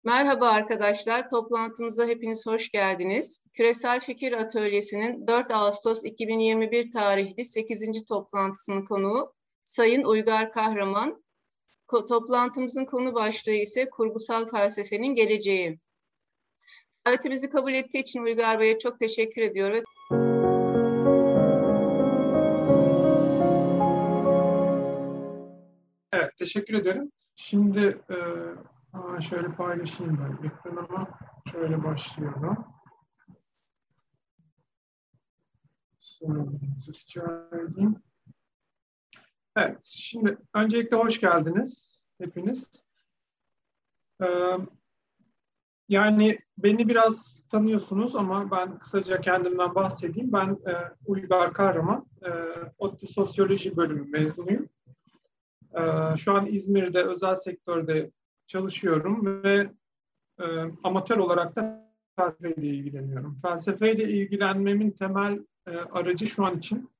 Merhaba arkadaşlar, toplantımıza hepiniz hoş geldiniz. Küresel Fikir Atölyesi'nin 4 Ağustos 2021 tarihli 8. toplantısının konuğu Sayın Uygar Kahraman. Toplantımızın konu başlığı ise kurgusal felsefenin geleceği. Davetimizi kabul ettiği için Uygar Bey'e çok teşekkür ediyorum. Evet, teşekkür ederim. Şimdi şöyle paylaşayım ben ekranımı. Şöyle başlıyorum. Sınavınızı rica edeyim. Evet, şimdi öncelikle hoş geldiniz hepiniz. Yani beni biraz tanıyorsunuz ama ben kısaca kendimden bahsedeyim. Ben Uygar Kahraman, ODTÜ Sosyoloji bölümü mezunuyum. Şu an İzmir'de özel sektörde çalışıyorum ve amatör olarak da felsefeyle ilgileniyorum. Felsefeyle ilgilenmemin temel aracı şu an için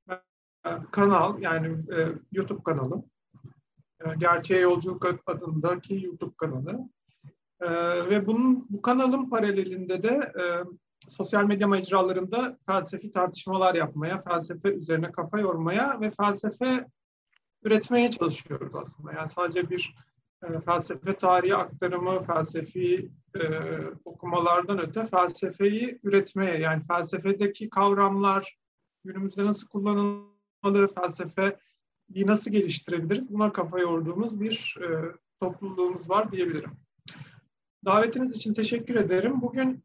kanal, yani YouTube kanalım. Gerçeğe Yolculuk adındaki YouTube kanalı. Ve bu kanalın paralelinde de sosyal medya mecralarında felsefi tartışmalar yapmaya, felsefe üzerine kafa yormaya ve felsefe üretmeye çalışıyoruz aslında. Yani sadece bir felsefe tarihi aktarımı, felsefi okumalardan öte felsefeyi üretmeye, yani felsefedeki kavramlar günümüzde nasıl kullanılmalı, felsefeyi nasıl geliştirebiliriz, buna kafa yorduğumuz bir topluluğumuz var diyebilirim. Davetiniz için teşekkür ederim. Bugün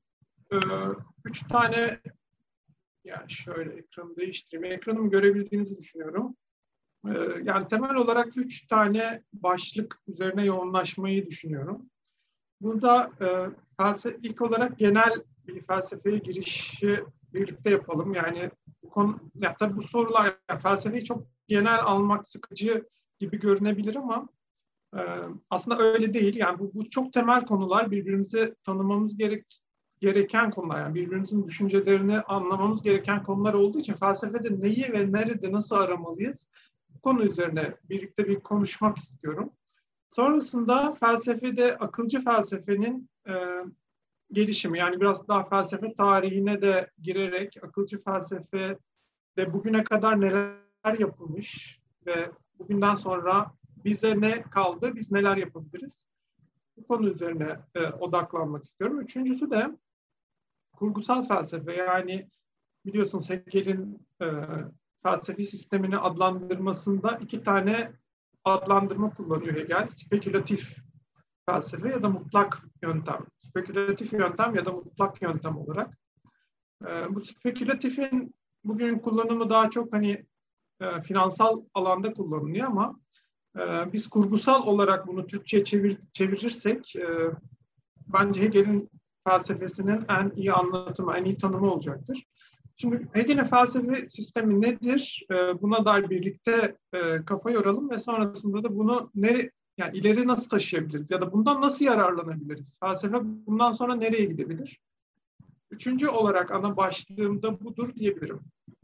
3 tane, yani şöyle ekranı değiştireyim, ekranımı görebildiğinizi düşünüyorum. Yani temel olarak 3 tane başlık üzerine yoğunlaşmayı düşünüyorum. Burada ilk olarak genel bir felsefeye girişi birlikte yapalım. Yani tabii bu sorular, yani felsefeyi çok genel almak sıkıcı gibi görünebilir ama aslında öyle değil. Yani bu çok temel konular, birbirimizi tanımamız gereken konular. Yani birbirimizin düşüncelerini anlamamız gereken konular olduğu için felsefede neyi ve nerede nasıl aramalıyız? Bu konu üzerine birlikte bir konuşmak istiyorum. Sonrasında felsefede akılcı felsefenin gelişimi, yani biraz daha felsefe tarihine de girerek akılcı felsefede bugüne kadar neler yapılmış ve bugünden sonra bize ne kaldı, biz neler yapabiliriz? Bu konu üzerine odaklanmak istiyorum. Üçüncüsü de kurgusal felsefe, yani biliyorsunuz Hegel'in felsefi sistemini adlandırmasında 2 tane adlandırma kullanıyor Hegel. Spekülatif felsefe ya da mutlak yöntem. Spekülatif yöntem ya da mutlak yöntem olarak. Bu spekülatifin bugün kullanımı daha çok finansal alanda kullanılıyor ama biz kurgusal olarak bunu Türkçe'ye çevirirsek bence Hegel'in felsefesinin en iyi anlatımı, en iyi tanımı olacaktır. Şimdi Hegel'in felsefe sistemi nedir? Buna dair birlikte kafa yoralım ve sonrasında da bunu yani ileri nasıl taşıyabiliriz ya da bundan nasıl yararlanabiliriz? Felsefe bundan sonra nereye gidebilir? Üçüncü olarak ana başlığımda budur diyebilirim.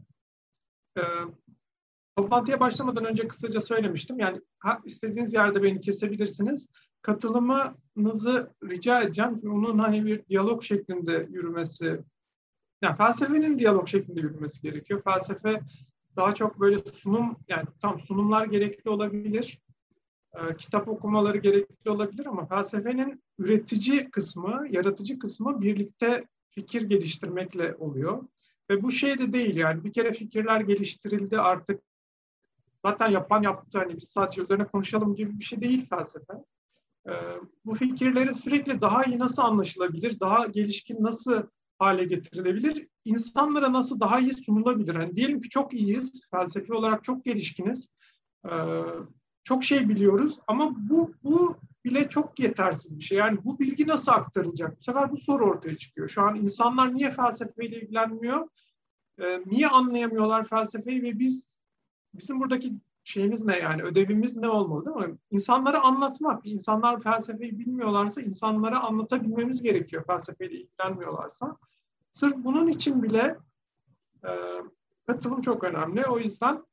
Toplantıya başlamadan önce kısaca söylemiştim. Yani istediğiniz yerde beni kesebilirsiniz. Katılımınızı rica edeceğim. Onun bir diyalog şeklinde yürümesi, yani felsefenin diyalog şeklinde yürümesi gerekiyor. Felsefe daha çok böyle yani sunumlar gerekli olabilir. Kitap okumaları gerekli olabilir ama felsefenin üretici kısmı, yaratıcı kısmı birlikte fikir geliştirmekle oluyor. Ve bu şey de değil, yani bir kere fikirler geliştirildi artık zaten yapan yaptı, biz sadece üzerine konuşalım gibi bir şey değil felsefe. Bu fikirlerin sürekli daha iyi nasıl anlaşılabilir, daha gelişkin nasıl hale getirilebilir, insanlara nasıl daha iyi sunulabilir? Diyelim ki çok iyiyiz, felsefi olarak çok gelişkiniz, çok şey biliyoruz ama bu bile çok yetersiz bir şey. Yani bu bilgi nasıl aktarılacak? Bu sefer bu soru ortaya çıkıyor. Şu an insanlar niye felsefeyle ilgilenmiyor? Niye anlayamıyorlar felsefeyi ve bizim buradaki şeyimiz ne, yani ödevimiz ne olmalı, değil mi? İnsanlara anlatmak. İnsanlar felsefeyi bilmiyorlarsa insanlara anlatabilmemiz gerekiyor, felsefeyle ilgilenmiyorlarsa. Sırf bunun için bile katılım çok önemli. O yüzden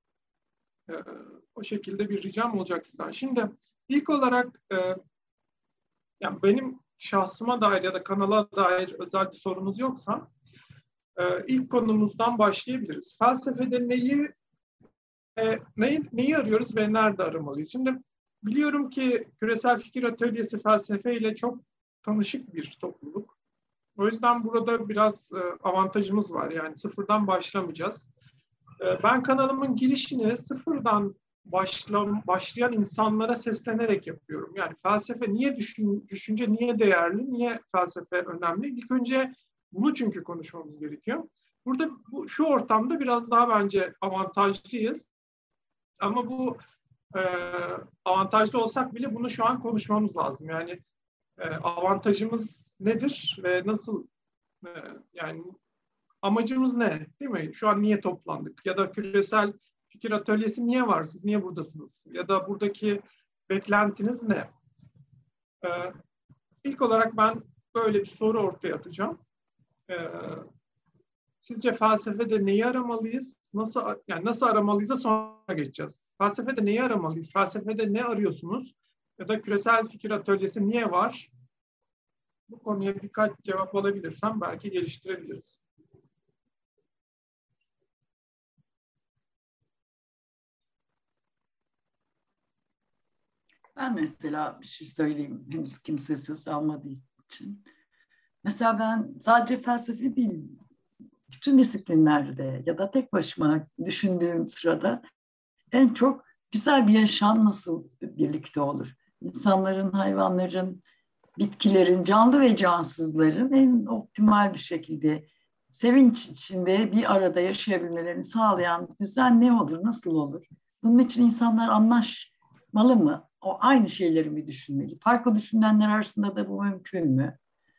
o şekilde bir ricam olacak sizden. Şimdi ilk olarak yani benim şahsıma dair ya da kanala dair özel bir sorunuz yoksa ilk konumuzdan başlayabiliriz. Felsefede neyi arıyoruz ve nerede aramalıyız? Şimdi biliyorum ki Küresel Fikir Atölyesi felsefe ile çok tanışık bir topluluk. O yüzden burada biraz avantajımız var. Yani sıfırdan başlamayacağız. Ben kanalımın girişini sıfırdan başlayan insanlara seslenerek yapıyorum. Yani felsefe niye düşünce niye değerli, niye felsefe önemli? İlk önce bunu çünkü konuşmamız gerekiyor. Burada şu ortamda biraz daha bence avantajlıyız. Ama bu avantajlı olsak bile bunu şu an konuşmamız lazım. Yani avantajımız nedir ve nasıl yani amacımız ne, değil mi? Şu an niye toplandık? Ya da Küresel Fikir Atölyesi niye var? Siz niye buradasınız? Ya da buradaki beklentiniz ne? İlk olarak ben böyle bir soru ortaya atacağım. Sizce felsefede neyi aramalıyız? Nasıl aramalıyız'a sonra geçeceğiz. Felsefede neyi aramalıyız? Felsefede ne arıyorsunuz? Ya da Küresel Fikir Atölyesi niye var? Bu konuya birkaç cevap alabilirsem belki geliştirebiliriz. Ben mesela bir şey söyleyeyim, henüz kimse söz almadığı için. Mesela ben sadece felsefe değil, bütün disiplinlerde ya da tek başıma düşündüğüm sırada en çok güzel bir yaşam nasıl birlikte olur? İnsanların, hayvanların, bitkilerin, canlı ve cansızların en optimal bir şekilde sevinç içinde bir arada yaşayabilmelerini sağlayan düzen ne olur, nasıl olur? Bunun için insanlar anlaşmalı mı? O aynı şeyleri mi düşünmeli? Farklı düşünenler arasında da bu mümkün mü?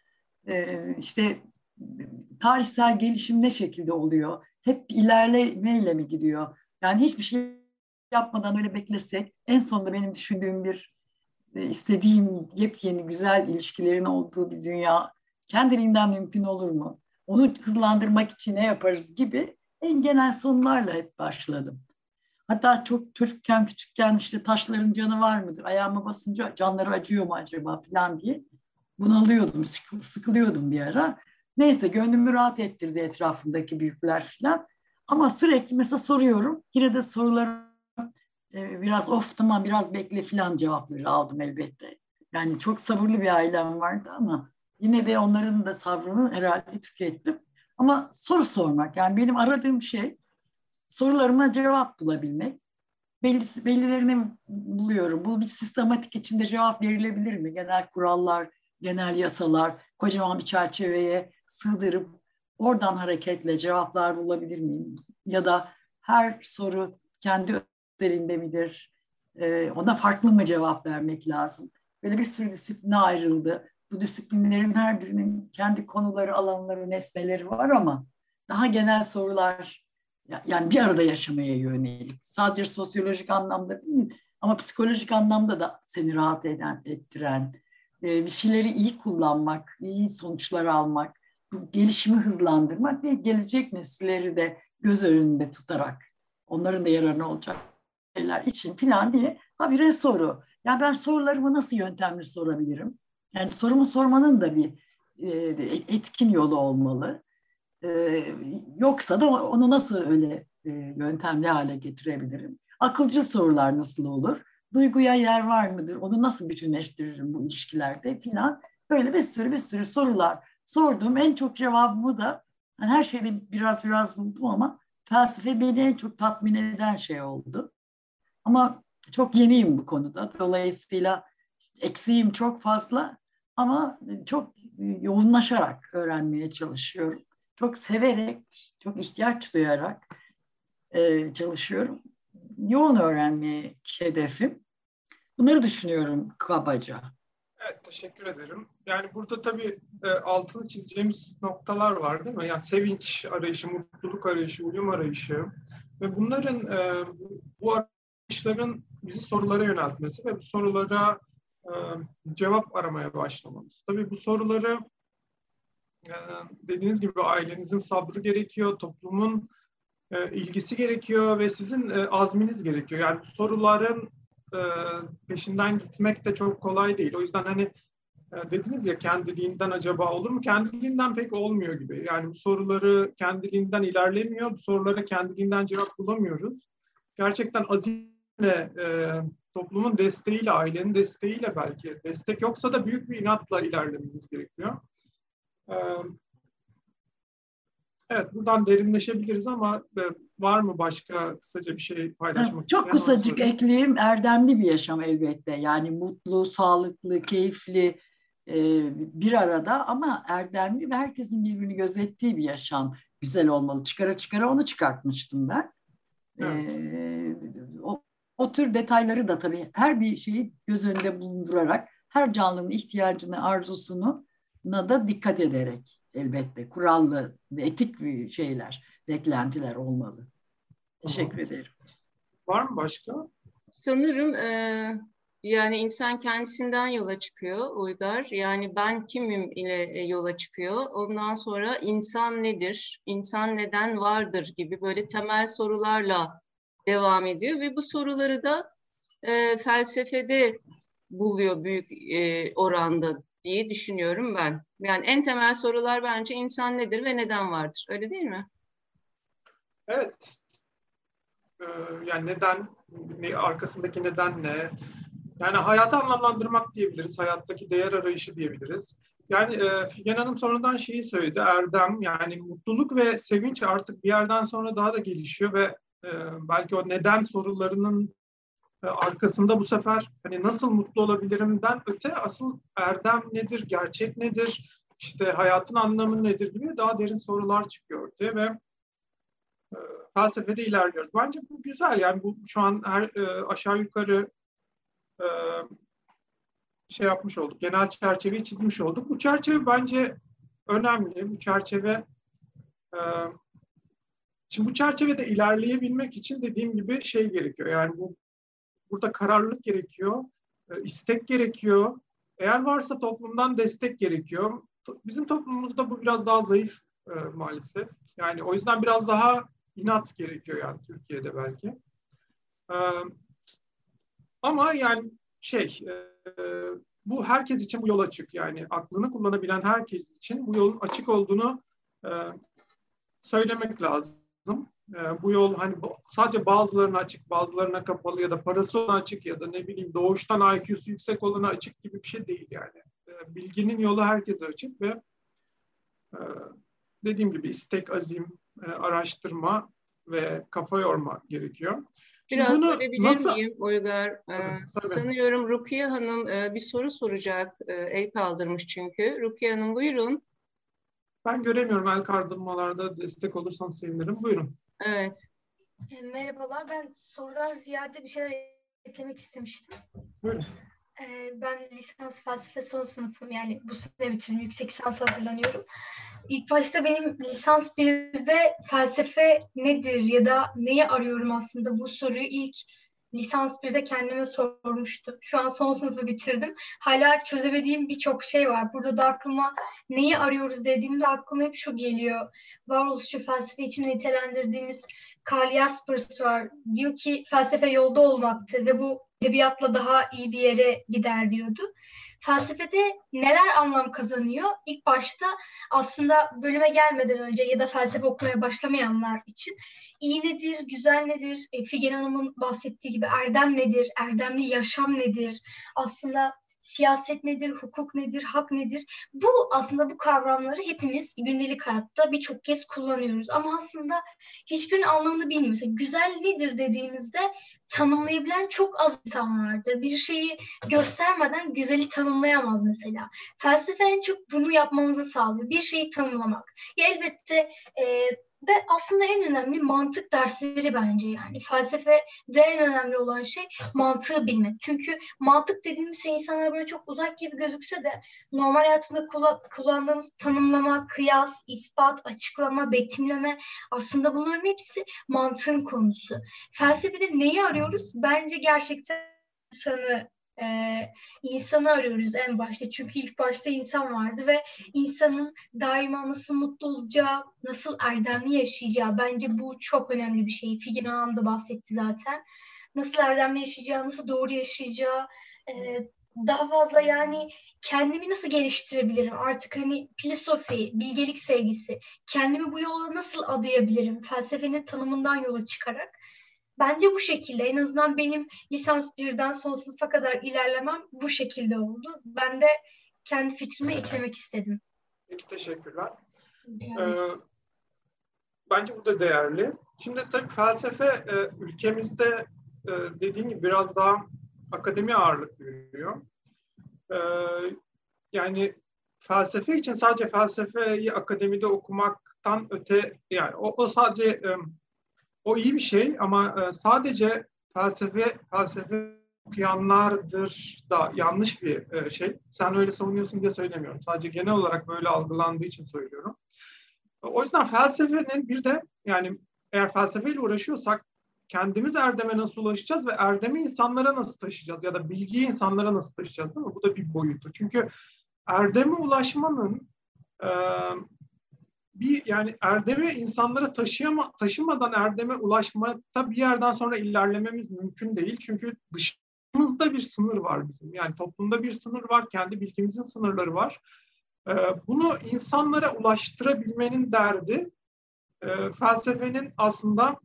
İşte tarihsel gelişim ne şekilde oluyor? Hep ilerlemeyle mi gidiyor? Yani hiçbir şey yapmadan öyle beklesek en sonunda benim düşündüğüm istediğim yepyeni güzel ilişkilerin olduğu bir dünya kendiliğinden mümkün olur mu? Onu hızlandırmak için ne yaparız gibi en genel sorularla hep başladım. Hatta çok çocukken, küçükken işte taşların canı var mıdır? Ayağıma basınca canları acıyor mu acaba falan diye bunalıyordum, sıkılıyordum bir ara. Neyse gönlümü rahat ettirdi etrafımdaki büyükler falan. Ama sürekli mesela soruyorum. Yine de soruları biraz of tamam biraz bekle falan cevapları aldım elbette. Yani çok sabırlı bir ailem vardı ama yine de onların da sabrını herhalde tükettim. Ama soru sormak yani benim aradığım şey sorularıma cevap bulabilmek. Bellilerini buluyorum. Bu bir sistematik içinde cevap verilebilir mi? Genel kurallar, genel yasalar, kocaman bir çerçeveye sığdırıp oradan hareketle cevaplar bulabilir miyim? Ya da her soru kendi özelinde midir? Ona farklı mı cevap vermek lazım? Böyle bir sürü disipline ayrıldı. Bu disiplinlerin her birinin kendi konuları, alanları, nesneleri var ama daha genel sorular yani bir arada yaşamaya yönelik. Sadece sosyolojik anlamda değil ama psikolojik anlamda da seni rahat ettiren, bir şeyleri iyi kullanmak, iyi sonuçlar almak, bu gelişimi hızlandırmak ve gelecek nesilleri de göz önünde tutarak onların da yararına olacak şeyler için falan diye habire soru. Yani ben sorularımı nasıl yöntemli sorabilirim? Yani sorumu sormanın da bir etkin yolu olmalı. Yoksa da onu nasıl öyle yöntemli hale getirebilirim? Akılcı sorular nasıl olur? Duyguya yer var mıdır? Onu nasıl bütünleştiririm bu ilişkilerde filan. Böyle bir sürü sorular sordum. En çok cevabımı da yani her şeyde biraz buldum ama felsefe beni en çok tatmin eden şey oldu. Ama çok yeniyim bu konuda. Dolayısıyla eksiğim çok fazla ama çok yoğunlaşarak öğrenmeye çalışıyorum. Çok severek, çok ihtiyaç duyarak çalışıyorum. Yoğun öğrenmeye hedefim. Bunları düşünüyorum kabaca. Evet, teşekkür ederim. Yani burada tabii altını çizeceğimiz noktalar var değil mi? Yani sevinç arayışı, mutluluk arayışı, uyum arayışı ve bunların bu arayışların bizi sorulara yöneltmesi ve bu sorulara cevap aramaya başlamamız. Tabii bu soruları dediğiniz gibi ailenizin sabrı gerekiyor, toplumun ilgisi gerekiyor ve sizin azminiz gerekiyor. Yani bu soruların peşinden gitmek de çok kolay değil. O yüzden hani Dediniz ya kendiliğinden acaba olur mu? Kendiliğinden pek olmuyor gibi. Yani bu soruları kendiliğinden ilerlemiyor. Bu sorulara kendiliğinden cevap bulamıyoruz. Gerçekten azimle, toplumun desteğiyle, ailenin desteğiyle belki. Destek yoksa da büyük bir inatla ilerlememiz gerekiyor. Evet, buradan derinleşebiliriz ama var mı başka kısaca bir şey paylaşmak Çok isteyen? kısacık ekleyeyim. Erdemli bir yaşam elbette. Yani mutlu, sağlıklı, keyifli bir arada ama erdemli ve herkesin birbirini gözettiği bir yaşam güzel olmalı. Çıkara çıkara onu çıkartmıştım ben. Evet. O tür detayları da tabii her bir şeyi göz önünde bulundurarak her canlının ihtiyacını, arzusunu da dikkat ederek elbette kurallı ve etik bir şeyler, beklentiler olmalı. Teşekkür ederim. Var mı başka? Sanırım yani insan kendisinden yola çıkıyor Uygar. Yani ben kimim ile yola çıkıyor. Ondan sonra insan nedir, insan neden vardır gibi böyle temel sorularla devam ediyor. Ve bu soruları da felsefede buluyor büyük oranda diye düşünüyorum ben. Yani en temel sorular bence insan nedir ve neden vardır. Öyle değil mi? Evet. Yani neden, arkasındaki neden ne? Yani hayatı anlamlandırmak diyebiliriz, hayattaki değer arayışı diyebiliriz. Yani Figen Hanım sonradan şeyi söyledi, erdem, yani mutluluk ve sevinç artık bir yerden sonra daha da gelişiyor ve belki o neden sorularının arkasında bu sefer hani nasıl mutlu olabilirimden öte asıl erdem nedir, gerçek nedir, işte hayatın anlamı nedir gibi daha derin sorular çıkıyor ortaya ve felsefede ilerliyoruz. Bence bu güzel, yani bu şu an aşağı yukarı şey yapmış olduk, genel çerçeveyi çizmiş olduk. Bu çerçeve bence önemli. Bu çerçeve şimdi bu çerçevede ilerleyebilmek için dediğim gibi şey gerekiyor. Yani burada kararlılık gerekiyor, istek gerekiyor. Eğer varsa toplumdan destek gerekiyor. Bizim toplumumuzda bu biraz daha zayıf maalesef. Yani o yüzden biraz daha inat gerekiyor yani Türkiye'de belki. Ama yani bu herkes için bu yol açık. Yani aklını kullanabilen herkes için bu yolun açık olduğunu söylemek lazım. Bu yol hani sadece bazılarına açık, bazılarına kapalı ya da parası ona açık ya da ne bileyim doğuştan IQ'su yüksek olana açık gibi bir şey değil yani. Bilginin yolu herkese açık ve dediğim gibi istek, azim, araştırma ve kafa yorma gerekiyor. Biraz bölebilir miyim Uygar? Tabii. Sanıyorum Rukiye Hanım bir soru soracak. El kaldırmış çünkü. Rukiye Hanım buyurun. Ben göremiyorum, el kaldırmalarda destek olursanız sevinirim. Buyurun. Evet. Merhabalar. Ben sorudan ziyade bir şeyler eklemek istemiştim. Buyurun. Ben lisans felsefe son sınıfım. Yani bu sene bitirdim. Yüksek lisansa hazırlanıyorum. İlk başta benim lisans 1'de felsefe nedir ya da neyi arıyorum aslında bu soruyu ilk lisans 1'de kendime sormuştum. Şu an son sınıfı bitirdim. Hala çözemediğim birçok şey var. Burada da aklıma neyi arıyoruz dediğimde aklıma hep şu geliyor. Varoluşçu felsefe için nitelendirdiğimiz Karl Jaspers var. Diyor ki felsefe yolda olmaktır ve bu edebiyatla daha iyi bir yere gider diyordu. Felsefede neler anlam kazanıyor? İlk başta aslında bölüme gelmeden önce ya da felsefe okumaya başlamayanlar için iyi nedir, güzel nedir, Figen Hanım'ın bahsettiği gibi erdem nedir, erdemli yaşam nedir, aslında siyaset nedir, hukuk nedir, hak nedir? Bu aslında bu kavramları hepimiz gündelik hayatta birçok kez kullanıyoruz. Ama aslında hiçbirinin anlamını bilmiyoruz. Güzel nedir dediğimizde tanımlayabilen çok az insan vardır. Bir şeyi göstermeden güzeli tanımlayamaz mesela. Felsefe en çok bunu yapmamızı sağlıyor. Bir şeyi tanımlamak. Ya elbette ve aslında en önemli mantık dersleri bence yani. Felsefede en önemli olan şey mantığı bilmek. Çünkü mantık dediğimiz şey insanlara böyle çok uzak gibi gözükse de normal hayatımızda kullandığımız tanımlama, kıyas, ispat, açıklama, betimleme aslında bunların hepsi mantığın konusu. Felsefede neyi arıyoruz? Bence gerçekten insanı arıyoruz en başta. Çünkü ilk başta insan vardı ve insanın daima nasıl mutlu olacağı, nasıl erdemli yaşayacağı. Bence bu çok önemli bir şey. Figen Hanım da bahsetti zaten. Nasıl erdemli yaşayacağı, nasıl doğru yaşayacağı, daha fazla yani kendimi nasıl geliştirebilirim? Artık hani filozofi, bilgelik sevgisi, kendimi bu yola nasıl adayabilirim? Felsefenin tanımından yola çıkarak. Bence bu şekilde. En azından benim lisans 1'den son sınıfa kadar ilerlemem bu şekilde oldu. Ben de kendi fikrimi eklemek istedim. Peki, teşekkürler. Yani. Bence bu da değerli. Şimdi tabii felsefe ülkemizde dediğim gibi biraz daha akademi ağırlık veriyor. Yani felsefe için sadece felsefeyi akademide okumaktan öte, yani o sadece o iyi bir şey ama sadece felsefe okuyanlardır da yanlış bir şey. Sen öyle savunuyorsun diye söylemiyorum. Sadece genel olarak böyle algılandığı için söylüyorum. O yüzden felsefenin bir de, yani eğer felsefeyle uğraşıyorsak kendimiz erdeme nasıl ulaşacağız ve erdemi insanlara nasıl taşıyacağız ya da bilgiyi insanlara nasıl taşıyacağız, değil mi? Bu da bir boyutu. Çünkü erdeme ulaşmanın yani erdemi insanlara taşımadan erdeme ulaşmakta bir yerden sonra ilerlememiz mümkün değil. Çünkü dışımızda bir sınır var bizim. Yani toplumda bir sınır var, kendi bilgimizin sınırları var. Bunu insanlara ulaştırabilmenin derdi felsefenin aslında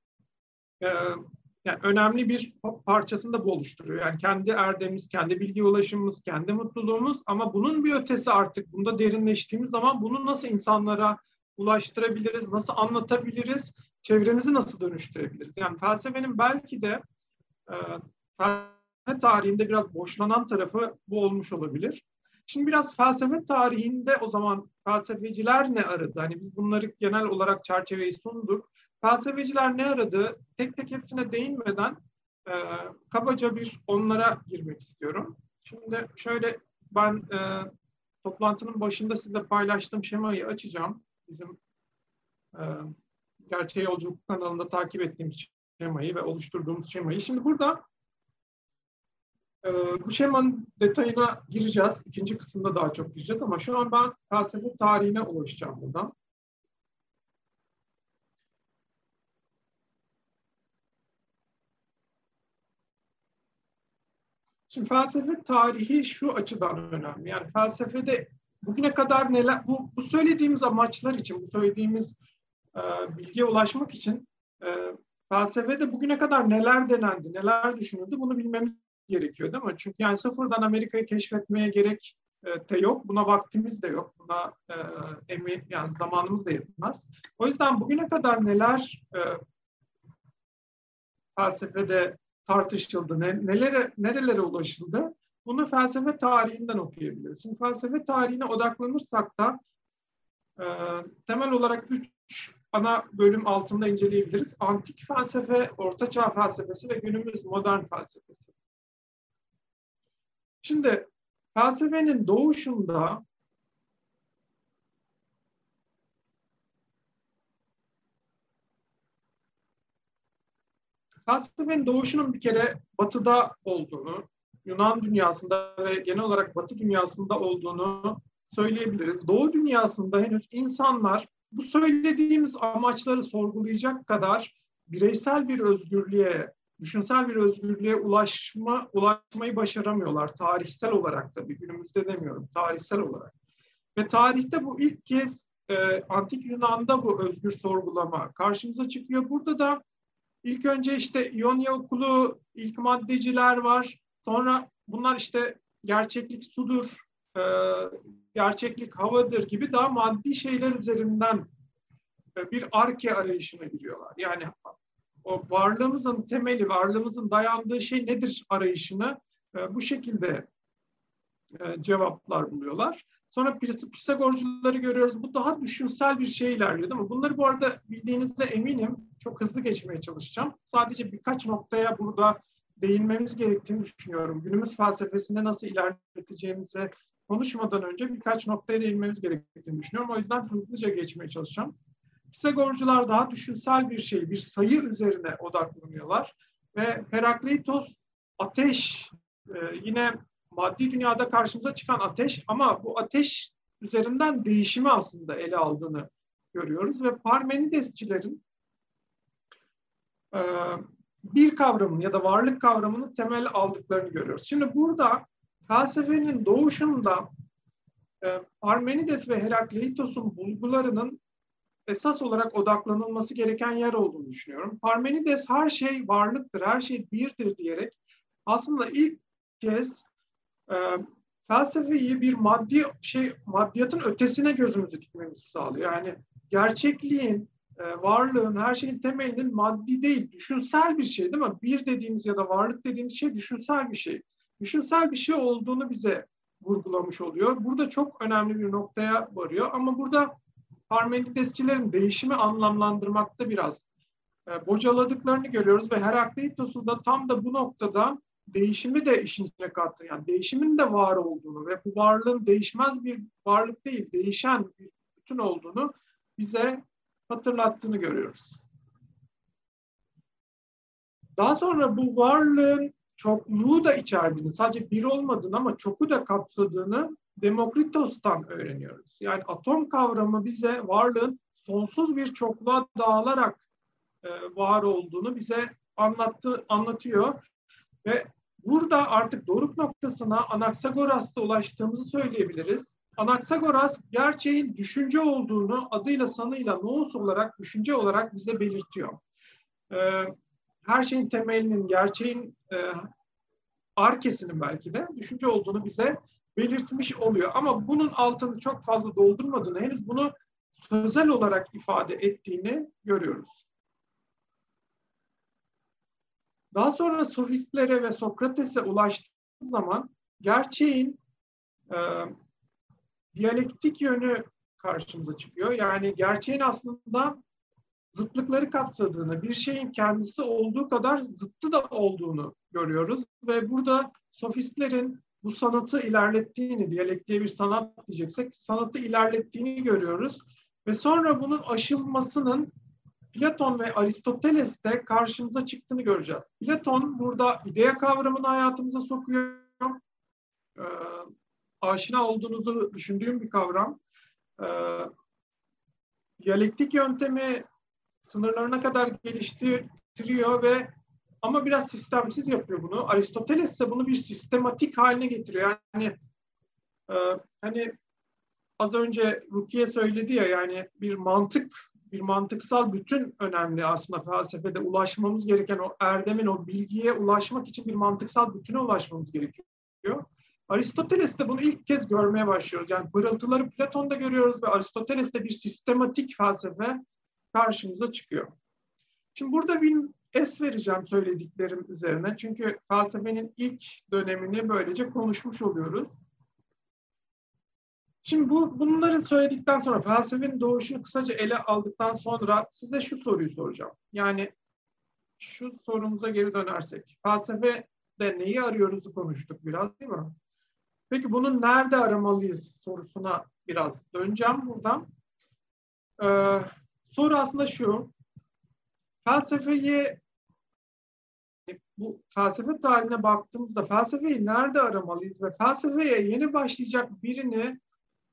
yani önemli bir parçasını da bu oluşturuyor. Yani kendi erdemimiz, kendi bilgi ulaşımımız, kendi mutluluğumuz, ama bunun bir ötesi, artık bunda derinleştiğimiz zaman bunu nasıl insanlara ulaştırabiliriz, nasıl anlatabiliriz, çevremizi nasıl dönüştürebiliriz? Yani felsefenin belki de felsefe tarihinde biraz boşlanan tarafı bu olmuş olabilir. Şimdi biraz felsefe tarihinde o zaman felsefeciler ne aradı? Hani biz bunları genel olarak çerçeveyi sunduk. Felsefeciler ne aradı? Tek tek hepsine değinmeden kabaca bir onlara girmek istiyorum. Şimdi şöyle, ben toplantının başında size paylaştığım şemayı açacağım. Bizim Gerçeğe Yolculuk kanalında takip ettiğimiz şemayı ve oluşturduğumuz şemayı. Şimdi burada bu şemanın detayına gireceğiz. İkinci kısımda daha çok gireceğiz ama şu an ben felsefe tarihine ulaşacağım buradan. Şimdi felsefe tarihi şu açıdan önemli. Yani felsefede bugüne kadar neler, bu söylediğimiz amaçlar için, bu söylediğimiz bilgiye ulaşmak için felsefede bugüne kadar neler denendi, neler düşünüldü, bunu bilmemiz gerekiyor, değil mi? Çünkü yani sıfırdan Amerika'yı keşfetmeye gerek de yok. Buna vaktimiz de yok. Buna yani zamanımız da yetmez. O yüzden bugüne kadar neler felsefede tartışıldı, nerelere ulaşıldı, bunu felsefe tarihinden okuyabiliriz. Şimdi felsefe tarihine odaklanırsak da temel olarak 3 ana bölüm altında inceleyebiliriz. Antik felsefe, Ortaçağ felsefesi ve günümüz modern felsefesi. Şimdi felsefenin doğuşunda felsefenin doğuşunun bir kere Batı'da olduğunu, Yunan dünyasında ve genel olarak Batı dünyasında olduğunu söyleyebiliriz. Doğu dünyasında henüz insanlar bu söylediğimiz amaçları sorgulayacak kadar bireysel bir özgürlüğe, düşünsel bir özgürlüğe ulaşmayı başaramıyorlar. Tarihsel olarak, tabii günümüzde demiyorum, tarihsel olarak. Ve tarihte bu ilk kez Antik Yunan'da bu özgür sorgulama karşımıza çıkıyor. Burada da İlk önce işte İonya okulu, ilk maddeciler var. Sonra bunlar işte gerçeklik sudur, gerçeklik havadır gibi daha maddi şeyler üzerinden bir arke arayışına giriyorlar. Yani o varlığımızın temeli, varlığımızın dayandığı şey nedir arayışına bu şekilde cevaplar buluyorlar. Sonra Pisagorcuları görüyoruz. Bu daha düşünsel bir şey ilerliyor, değil mi? Bunları bu arada bildiğinizde eminim. Çok hızlı geçmeye çalışacağım. Sadece birkaç noktaya burada değinmemiz gerektiğini düşünüyorum. Günümüz felsefesinde nasıl ilerleteceğimize konuşmadan önce birkaç noktaya değinmemiz gerektiğini düşünüyorum. O yüzden hızlıca geçmeye çalışacağım. Pisagorcular daha düşünsel bir şey, bir sayı üzerine odaklanıyorlar. Ve Herakleitos ateş, yine maddi dünyada karşımıza çıkan ateş, ama bu ateş üzerinden değişimi aslında ele aldığını görüyoruz ve Parmenidesçilerin bir kavramın ya da varlık kavramını temel aldıklarını görüyoruz. Şimdi burada felsefenin doğuşunda Parmenides ve Herakleitos'un bulgularının esas olarak odaklanılması gereken yer olduğunu düşünüyorum. Parmenides her şey varlıktır, her şey birdir diyerek aslında ilk kez felsefeyi bir maddiyatın ötesine gözümüzü dikmemizi sağlıyor. Yani gerçekliğin, varlığın, her şeyin temelinin maddi değil, düşünsel bir şey değil mi? Bir dediğimiz ya da varlık dediğimiz şey düşünsel bir şey. Düşünsel bir şey olduğunu bize vurgulamış oluyor. Burada çok önemli bir noktaya varıyor ama burada Parmenidesçilerin değişimi anlamlandırmakta biraz bocaladıklarını görüyoruz ve Herakleitos'un da tam da bu noktada değişimi de işin içine kattı. Yani değişimin de var olduğunu ve bu varlığın değişmez bir varlık değil, değişen bir bütün olduğunu bize hatırlattığını görüyoruz. Daha sonra bu varlığın çokluğu da içerdiğini, sadece bir olmadığını ama çoku da kapsadığını Demokritos'tan öğreniyoruz. Yani atom kavramı bize varlığın sonsuz bir çokluğa dağılarak var olduğunu bize anlatıyor. Ve burada artık doruk noktasına Anaksagoras'ta ulaştığımızı söyleyebiliriz. Anaksagoras gerçeğin düşünce olduğunu adıyla sanıyla nous olarak, düşünce olarak bize belirtiyor. Her şeyin temelinin, gerçeğin arkesinin belki de düşünce olduğunu bize belirtmiş oluyor. Ama bunun altını çok fazla doldurmadığını, henüz bunu sözel olarak ifade ettiğini görüyoruz. Daha sonra sofistlere ve Sokrates'e ulaştığımız zaman gerçeğin diyalektik yönü karşımıza çıkıyor. Yani gerçeğin aslında zıtlıkları kapsadığını, bir şeyin kendisi olduğu kadar zıttı da olduğunu görüyoruz. Ve burada sofistlerin bu sanatı ilerlettiğini, diyalektiğe bir sanat diyeceksek, sanatı ilerlettiğini görüyoruz. Ve sonra bunun aşılmasının Platon ve Aristoteles'te karşımıza çıktığını göreceğiz. Platon burada idea kavramını hayatımıza sokuyor. Aşina olduğunuzu düşündüğüm bir kavram. Diyalektik yöntemi sınırlarına kadar geliştiriyor ama biraz sistemsiz yapıyor bunu. Aristoteles ise bunu bir sistematik haline getiriyor. Yani hani az önce Rukiye söyledi ya, yani bir mantıksal bütün önemli aslında felsefede ulaşmamız gereken o erdemin, o bilgiye ulaşmak için bir mantıksal bütüne ulaşmamız gerekiyor. Aristoteles'te bunu ilk kez görmeye başlıyoruz. Yani pırıltıları Platon'da görüyoruz ve Aristoteles'te bir sistematik felsefe karşımıza çıkıyor. Şimdi burada bir es vereceğim söylediklerim üzerine. Çünkü felsefenin ilk dönemini böylece konuşmuş oluyoruz. Şimdi bunları söyledikten sonra, felsefenin doğuşunu kısaca ele aldıktan sonra size şu soruyu soracağım. Yani şu sorumuza geri dönersek, felsefede neyi arıyoruzu konuştuk biraz, değil mi? Peki bunu nerede aramalıyız sorusuna biraz döneceğim buradan. Soru aslında şu: bu felsefe tarihine baktığımızda felsefeyi nerede aramalıyız ve felsefeye yeni başlayacak birini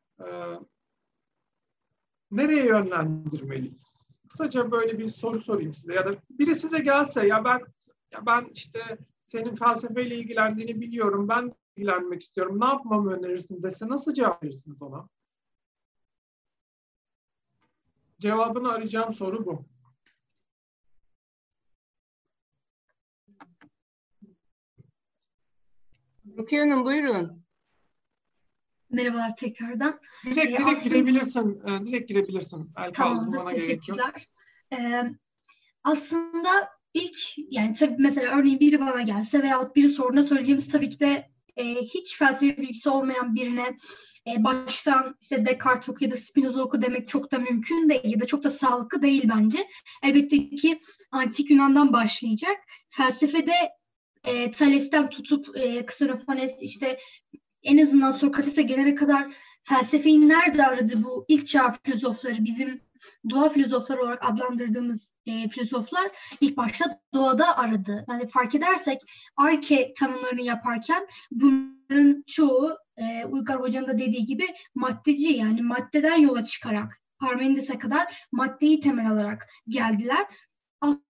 nereye yönlendirmeliyiz? Kısaca böyle bir soru sorayım size. Ya da biri size gelse, ya ben işte senin felsefeyle ilgilendiğini biliyorum, ben ilgilenmek istiyorum, ne yapmamı önerirsin dese, nasıl cevap verirsiniz ona? Cevabını arayacağım soru bu. Rukiye Hanım buyurun. Merhabalar tekrardan. Direkt girebilirsin. Direkt girebilirsin. Tamamdır, teşekkürler. Aslında yani tabii mesela örneğin biri bana gelse veyahut biri soruna söyleyeceğimiz tabii ki de hiç felsefe bilgisi olmayan birine baştan işte Descartes oku ya da Spinoza oku demek çok da mümkün değil ya da çok da sağlıklı değil bence. Elbette ki Antik Yunan'dan başlayacak. Felsefede Thales'ten tutup Xenofanes, işte en azından Sokrates'e gelene kadar felsefeyi nerede aradı bu ilk çağ filozofları, bizim doğa filozofları olarak adlandırdığımız filozoflar ilk başta doğada aradı. Yani fark edersek arke tanımlarını yaparken bunların çoğu Uygar Hoca'nın da dediği gibi maddeci, yani maddeden yola çıkarak Parmenides'e kadar maddeyi temel alarak geldiler.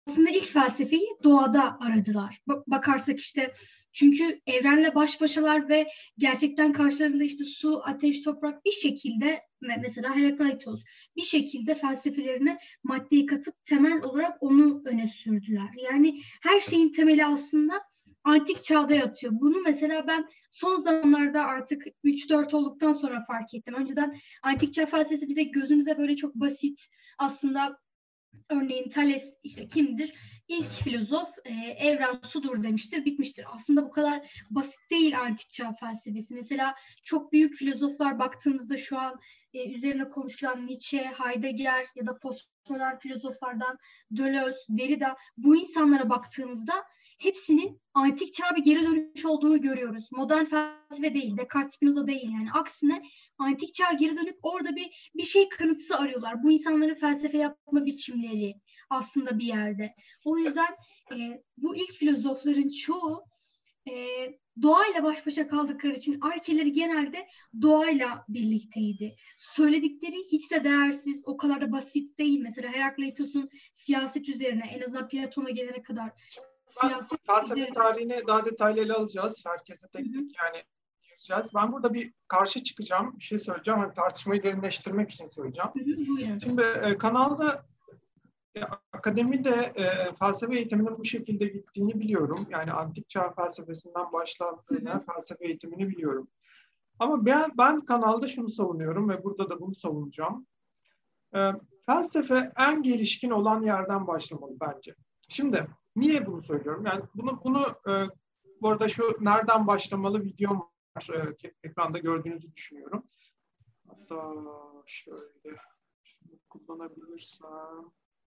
aslında ilk felsefeyi doğada aradılar. Bakarsak işte çünkü evrenle baş başalar ve gerçekten karşılarında işte su, ateş, toprak bir şekilde mesela Herakleitos bir şekilde felsefelerine maddeyi katıp temel olarak onu öne sürdüler. Yani her şeyin temeli aslında antik çağda yatıyor. Bunu mesela ben son zamanlarda artık 3-4 olduktan sonra fark ettim. Önceden antik çağ felsefesi bize gözümüze böyle çok basit aslında. Örneğin Thales işte kimdir? İlk filozof evren sudur demiştir, bitmiştir. Aslında bu kadar basit değil antik çağ felsefesi. Mesela çok büyük filozoflar baktığımızda şu an üzerine konuşulan Nietzsche, Heidegger ya da postmodern filozoflardan Deleuze, Derrida bu insanlara baktığımızda hepsinin antik çağa bir geri dönüş olduğunu görüyoruz. Modern felsefe değil, Descartes, Spinoza değil yani. Aksine antik çağa geri dönüp orada bir şey kırıntısı arıyorlar. Bu insanların felsefe yapma biçimleri aslında bir yerde. O yüzden bu ilk filozofların çoğu doğayla baş başa kaldıkları için arkeleri genelde doğayla birlikteydi. Söyledikleri hiç de değersiz, o kadar da basit değil. Mesela Herakleitos'un siyaset üzerine en azından Platon'a gelene kadar siyaset felsefe üzerine... tarihini daha detaylı ele alacağız. Herkese tek tek yani gireceğiz. Ben burada bir karşı çıkacağım. Bir şey söyleyeceğim. Hani tartışmayı derinleştirmek için söyleyeceğim. Buyurun. Şimdi kanalda akademide felsefe eğitiminin bu şekilde gittiğini biliyorum. Yani antik çağ felsefesinden başlandığını, felsefe eğitimini biliyorum. Ama ben kanalda şunu savunuyorum ve burada da bunu savunacağım. Felsefe en gelişkin olan yerden başlamalı bence. Şimdi niye bunu söylüyorum? Yani bunu bu arada şu nereden başlamalı videom var. Ekranda gördüğünüzü düşünüyorum. Hatta şöyle şunu kullanabilirsem.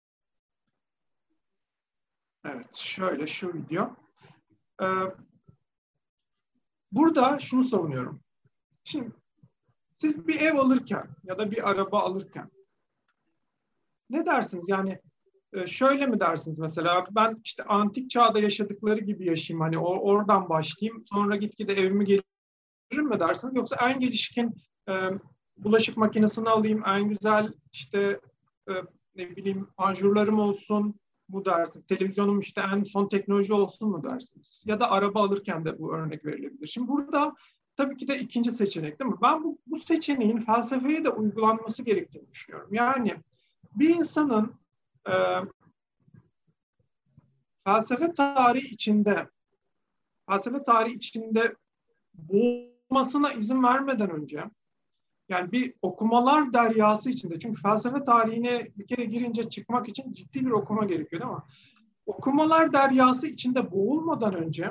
Evet, şöyle şu video. Burada şunu savunuyorum. Şimdi siz bir ev alırken ya da bir araba alırken ne dersiniz? Yani şöyle mi dersiniz mesela? Ben işte antik çağda yaşadıkları gibi yaşayayım. Hani oradan başlayayım. Sonra gitgide evimi geliştiririm mi dersiniz? Yoksa en gelişkin bulaşık makinesini alayım. En güzel işte ne bileyim panjurlarım olsun mu dersiniz? Televizyonum işte en son teknoloji olsun mu dersiniz? Ya da araba alırken de bu örnek verilebilir. Şimdi burada tabii ki de ikinci seçenek değil mi? Ben bu seçeneğin felsefeye de uygulanması gerektiğini düşünüyorum. Yani bir insanın felsefe tarihi içinde boğulmasına izin vermeden önce yani bir okumalar deryası içinde, çünkü felsefe tarihine bir kere girince çıkmak için ciddi bir okuma gerekiyor değil mi? Okumalar deryası içinde boğulmadan önce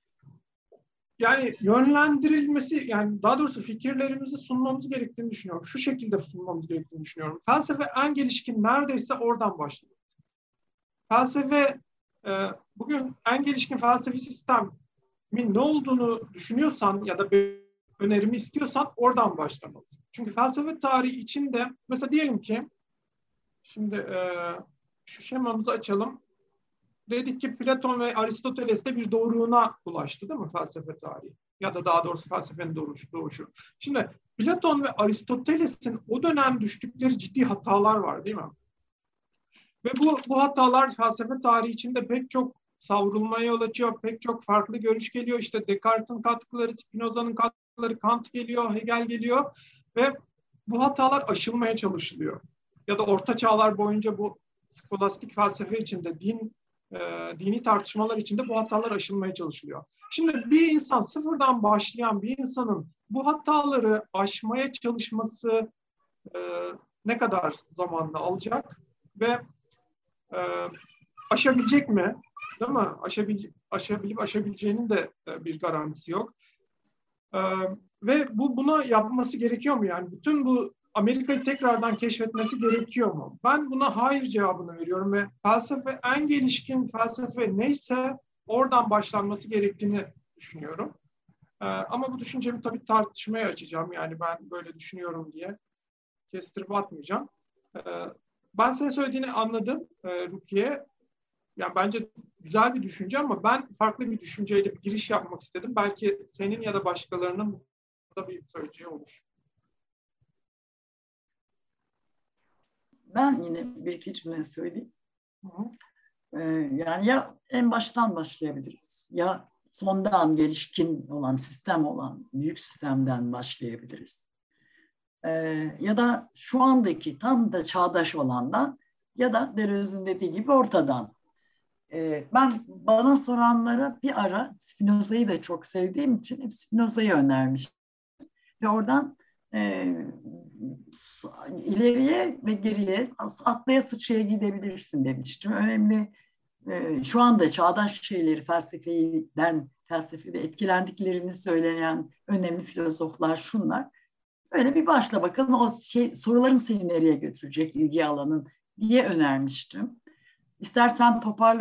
yani yönlendirilmesi, yani daha doğrusu fikirlerimizi sunmamız gerektiğini düşünüyorum. Şu şekilde sunmamız gerektiğini düşünüyorum. Felsefe en gelişkin neredeyse oradan başlıyor. Felsefe bugün en gelişkin felsefi sistemin ne olduğunu düşünüyorsan ya da bir önerimi istiyorsan oradan başlamalısın. Çünkü felsefe tarihi içinde mesela diyelim ki şimdi şu şemamızı açalım. Dedik ki Platon ve Aristoteles de bir doğruğuna ulaştı değil mi felsefe tarihi? Ya da daha doğrusu felsefenin doğuşu. Şimdi Platon ve Aristoteles'in o dönem düştükleri ciddi hatalar var değil mi? Ve bu hatalar felsefe tarihi içinde pek çok savrulmaya yol açıyor. Pek çok farklı görüş geliyor. İşte Descartes'in katkıları, Spinoza'nın katkıları, Kant geliyor, Hegel geliyor. Ve bu hatalar aşılmaya çalışılıyor. Ya da orta çağlar boyunca bu skolastik felsefe içinde, dini tartışmalar içinde bu hatalar aşılmaya çalışılıyor. Şimdi bir insan, sıfırdan başlayan bir insanın bu hataları aşmaya çalışması ne kadar zamanla alacak ve aşabilecek mi? Değil mi? Aşabileceğinin de bir garantisi yok. Ve buna yapması gerekiyor mu? Yani bütün bu Amerika'yı tekrardan keşfetmesi gerekiyor mu? Ben buna hayır cevabını veriyorum ve felsefe, en gelişkin felsefe neyse oradan başlanması gerektiğini düşünüyorum. Ama bu düşüncemi tabii tartışmaya açacağım. Yani ben böyle düşünüyorum diye kestirip atmayacağım. Ben senin söylediğini anladım Rukiye. Yani bence güzel bir düşünce ama ben farklı bir düşünceyle bir giriş yapmak istedim. Belki senin ya da başkalarının burada bir söyleyeceği olur. Ben yine bir iki cümle söyleyeyim. Yani ya en baştan başlayabiliriz, ya sondan gelişkin olan, sistem olan, büyük sistemden başlayabiliriz. Ya da şu andaki tam da çağdaş olandan, ya da Deleuze'ün dediği gibi ortadan. Ben bana soranlara bir ara Spinoza'yı da çok sevdiğim için hep Spinoza'yı önermiştim. Ve oradan ileriye ve geriye, atlaya sıçraya gidebilirsin demiştim. Önemli, şu anda çağdaş şeyleri, felsefede etkilendiklerini söyleyen önemli filozoflar şunlar. Böyle bir başla bakalım, o soruların seni nereye götürecek, ilgi alanın diye önermiştim. İstersen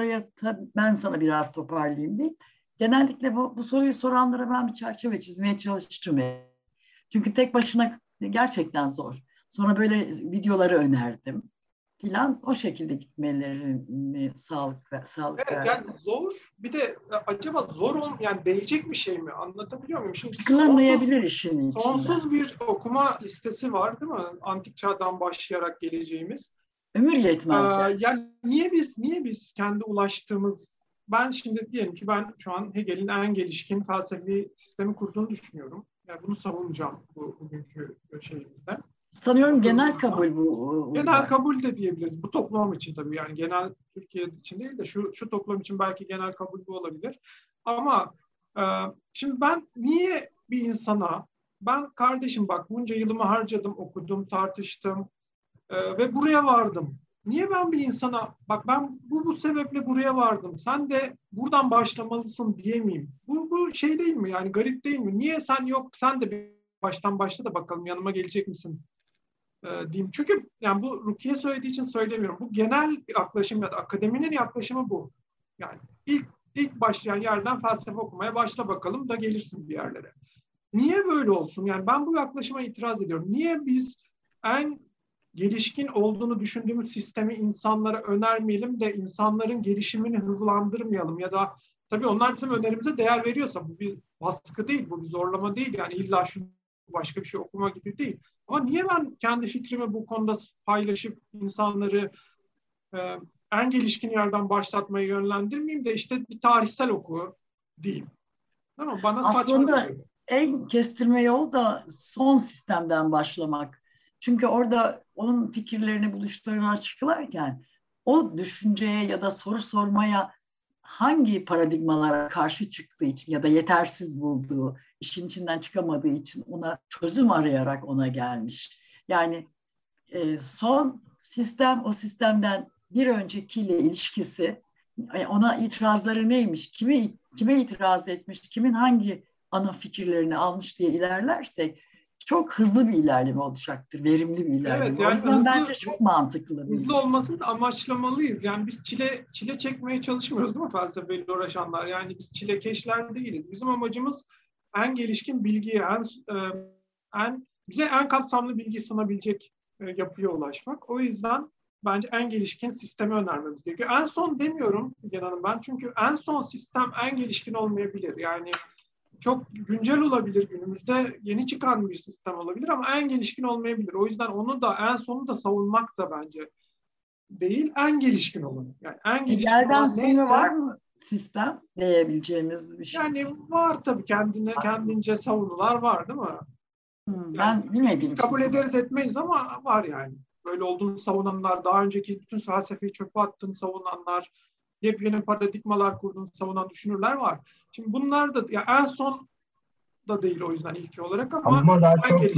ben sana biraz toparlayayım diye. Genellikle bu soruyu soranlara ben bir çerçeve çizmeye çalıştım. Çünkü tek başına gerçekten zor. Sonra böyle videoları önerdim filan, o şekilde gitmelerini sağlık Evet, yani zor. Bir de acaba zor yani değecek bir şey mi? Anlatabiliyor muyum? Şimdi çıkılamayabilir işin içinden. Sonsuz bir okuma listesi var değil mi? Antik çağdan başlayarak geleceğimiz. Ömür yetmez. Yani niye biz kendi ulaştığımız, ben şimdi diyelim ki ben şu an Hegel'in en gelişkin felsefi sistemi kurduğunu düşünüyorum. Yani bunu savunacağım bugünkü şeyimizde. Sanıyorum genel kabul bu. Genel kabul de diyebiliriz. Bu toplum için tabii, yani genel Türkiye için değil de şu toplum için belki genel kabul bu olabilir. Ama şimdi ben niye bir insana, ben kardeşim bak bunca yılımı harcadım, okudum, tartıştım ve buraya vardım. Niye ben bir insana bak ben bu sebeple buraya vardım, sen de buradan başlamalısın diyemeyeyim? Bu şey değil mi, yani garip değil mi? Niye sen de bir baştan başla da bakalım yanıma gelecek misin diyeyim. Çünkü yani bu Rukiye söylediği için söylemiyorum. Bu genel yaklaşım ya da akademinin yaklaşımı bu. Yani ilk başlayan yerden felsefe okumaya başla bakalım da gelirsin bir yerlere. Niye böyle olsun? Yani ben bu yaklaşıma itiraz ediyorum. Niye biz en gelişkin olduğunu düşündüğümüz sistemi insanlara önermeyelim de insanların gelişimini hızlandırmayalım? Ya da tabii onlar bizim önerimize değer veriyorsa, bu bir baskı değil, bu bir zorlama değil. Yani illa şu başka bir şey okuma gibi değil. Ama niye ben kendi fikrimi bu konuda paylaşıp insanları en gelişkin yerden başlatmaya yönlendirmeyeyim de işte bir tarihsel oku diyeyim. Ama bana aslında en kestirme yol da son sistemden başlamak. Çünkü orada onun fikirlerini, buluşlarını açıklarken o düşünceye ya da soru sormaya hangi paradigmalara karşı çıktığı için ya da yetersiz bulduğu, işin içinden çıkamadığı için ona çözüm arayarak ona gelmiş. Yani son sistem, o sistemden bir öncekiyle ilişkisi, ona itirazları neymiş, kime itiraz etmiş, kimin hangi ana fikirlerini almış diye ilerlersek çok hızlı bir ilerleme olacaktır, verimli bir ilerleme. Evet, yani o yüzden bence çok mantıklı. Hızlı olmasını da amaçlamalıyız. Yani biz çile çekmeye çalışmıyoruz değil mi felsefeyle uğraşanlar? Yani biz çilekeşler değiliz. Bizim amacımız en gelişkin bilgiye, bize en kapsamlı bilgi sunabilecek yapıya ulaşmak. O yüzden bence en gelişkin sistemi önermemiz gerekiyor. En son demiyorum Figen Hanım ben, çünkü en son sistem en gelişkin olmayabilir. Yani çok güncel olabilir, günümüzde yeni çıkan bir sistem olabilir ama en gelişkin olmayabilir. O yüzden onu da en sonu da savunmak da bence değil, en gelişkin olan. Yani en gelişkin olan neyse. Var mı sistem diyebileceğimiz bir şey? Yani var tabii, kendince savunular var değil mi? Ben bilmediğim kabul ederiz etmeyiz ama var yani. Böyle olduğunu savunanlar, daha önceki bütün felsefeyi çöpe attığını savunanlar, yepyeni paradigmalar kurduğunu savunan düşünürler var. Şimdi bunlar da ya en son da değil o yüzden ilki olarak ama daha çok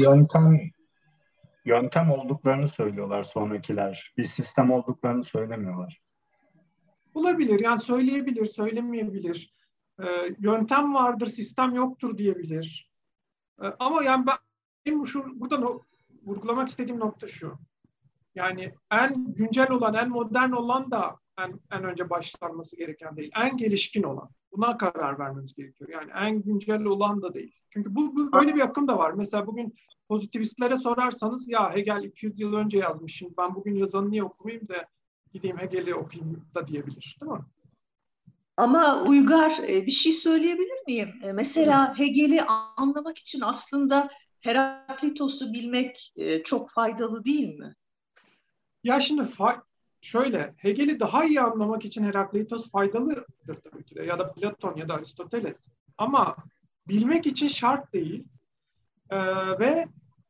yöntem olduklarını söylüyorlar sonrakiler. Bir sistem olduklarını söylemiyorlar. Olabilir yani, söyleyebilir, söylemeyebilir. Yöntem vardır, sistem yoktur diyebilir. Ama yani burada vurgulamak istediğim nokta şu. Yani en güncel olan, en modern olan da en önce başlanması gereken değil. En gelişkin olan. Buna karar vermemiz gerekiyor. Yani en güncel olan da değil. Çünkü bu böyle bir akım da var. Mesela bugün pozitivistlere sorarsanız ya Hegel 200 yıl önce yazmış. Şimdi ben bugün yazanı niye okumayayım da gideyim Hegel'i okuyayım da diyebilir. Değil mi? Ama Uygar, bir şey söyleyebilir miyim? Mesela Hegel'i anlamak için aslında Heraklitos'u bilmek çok faydalı değil mi? Ya şimdi şöyle, Hegel'i daha iyi anlamak için Herakleitos faydalıdır tabii ki de, ya da Platon ya da Aristoteles. Ama bilmek için şart değil. Ve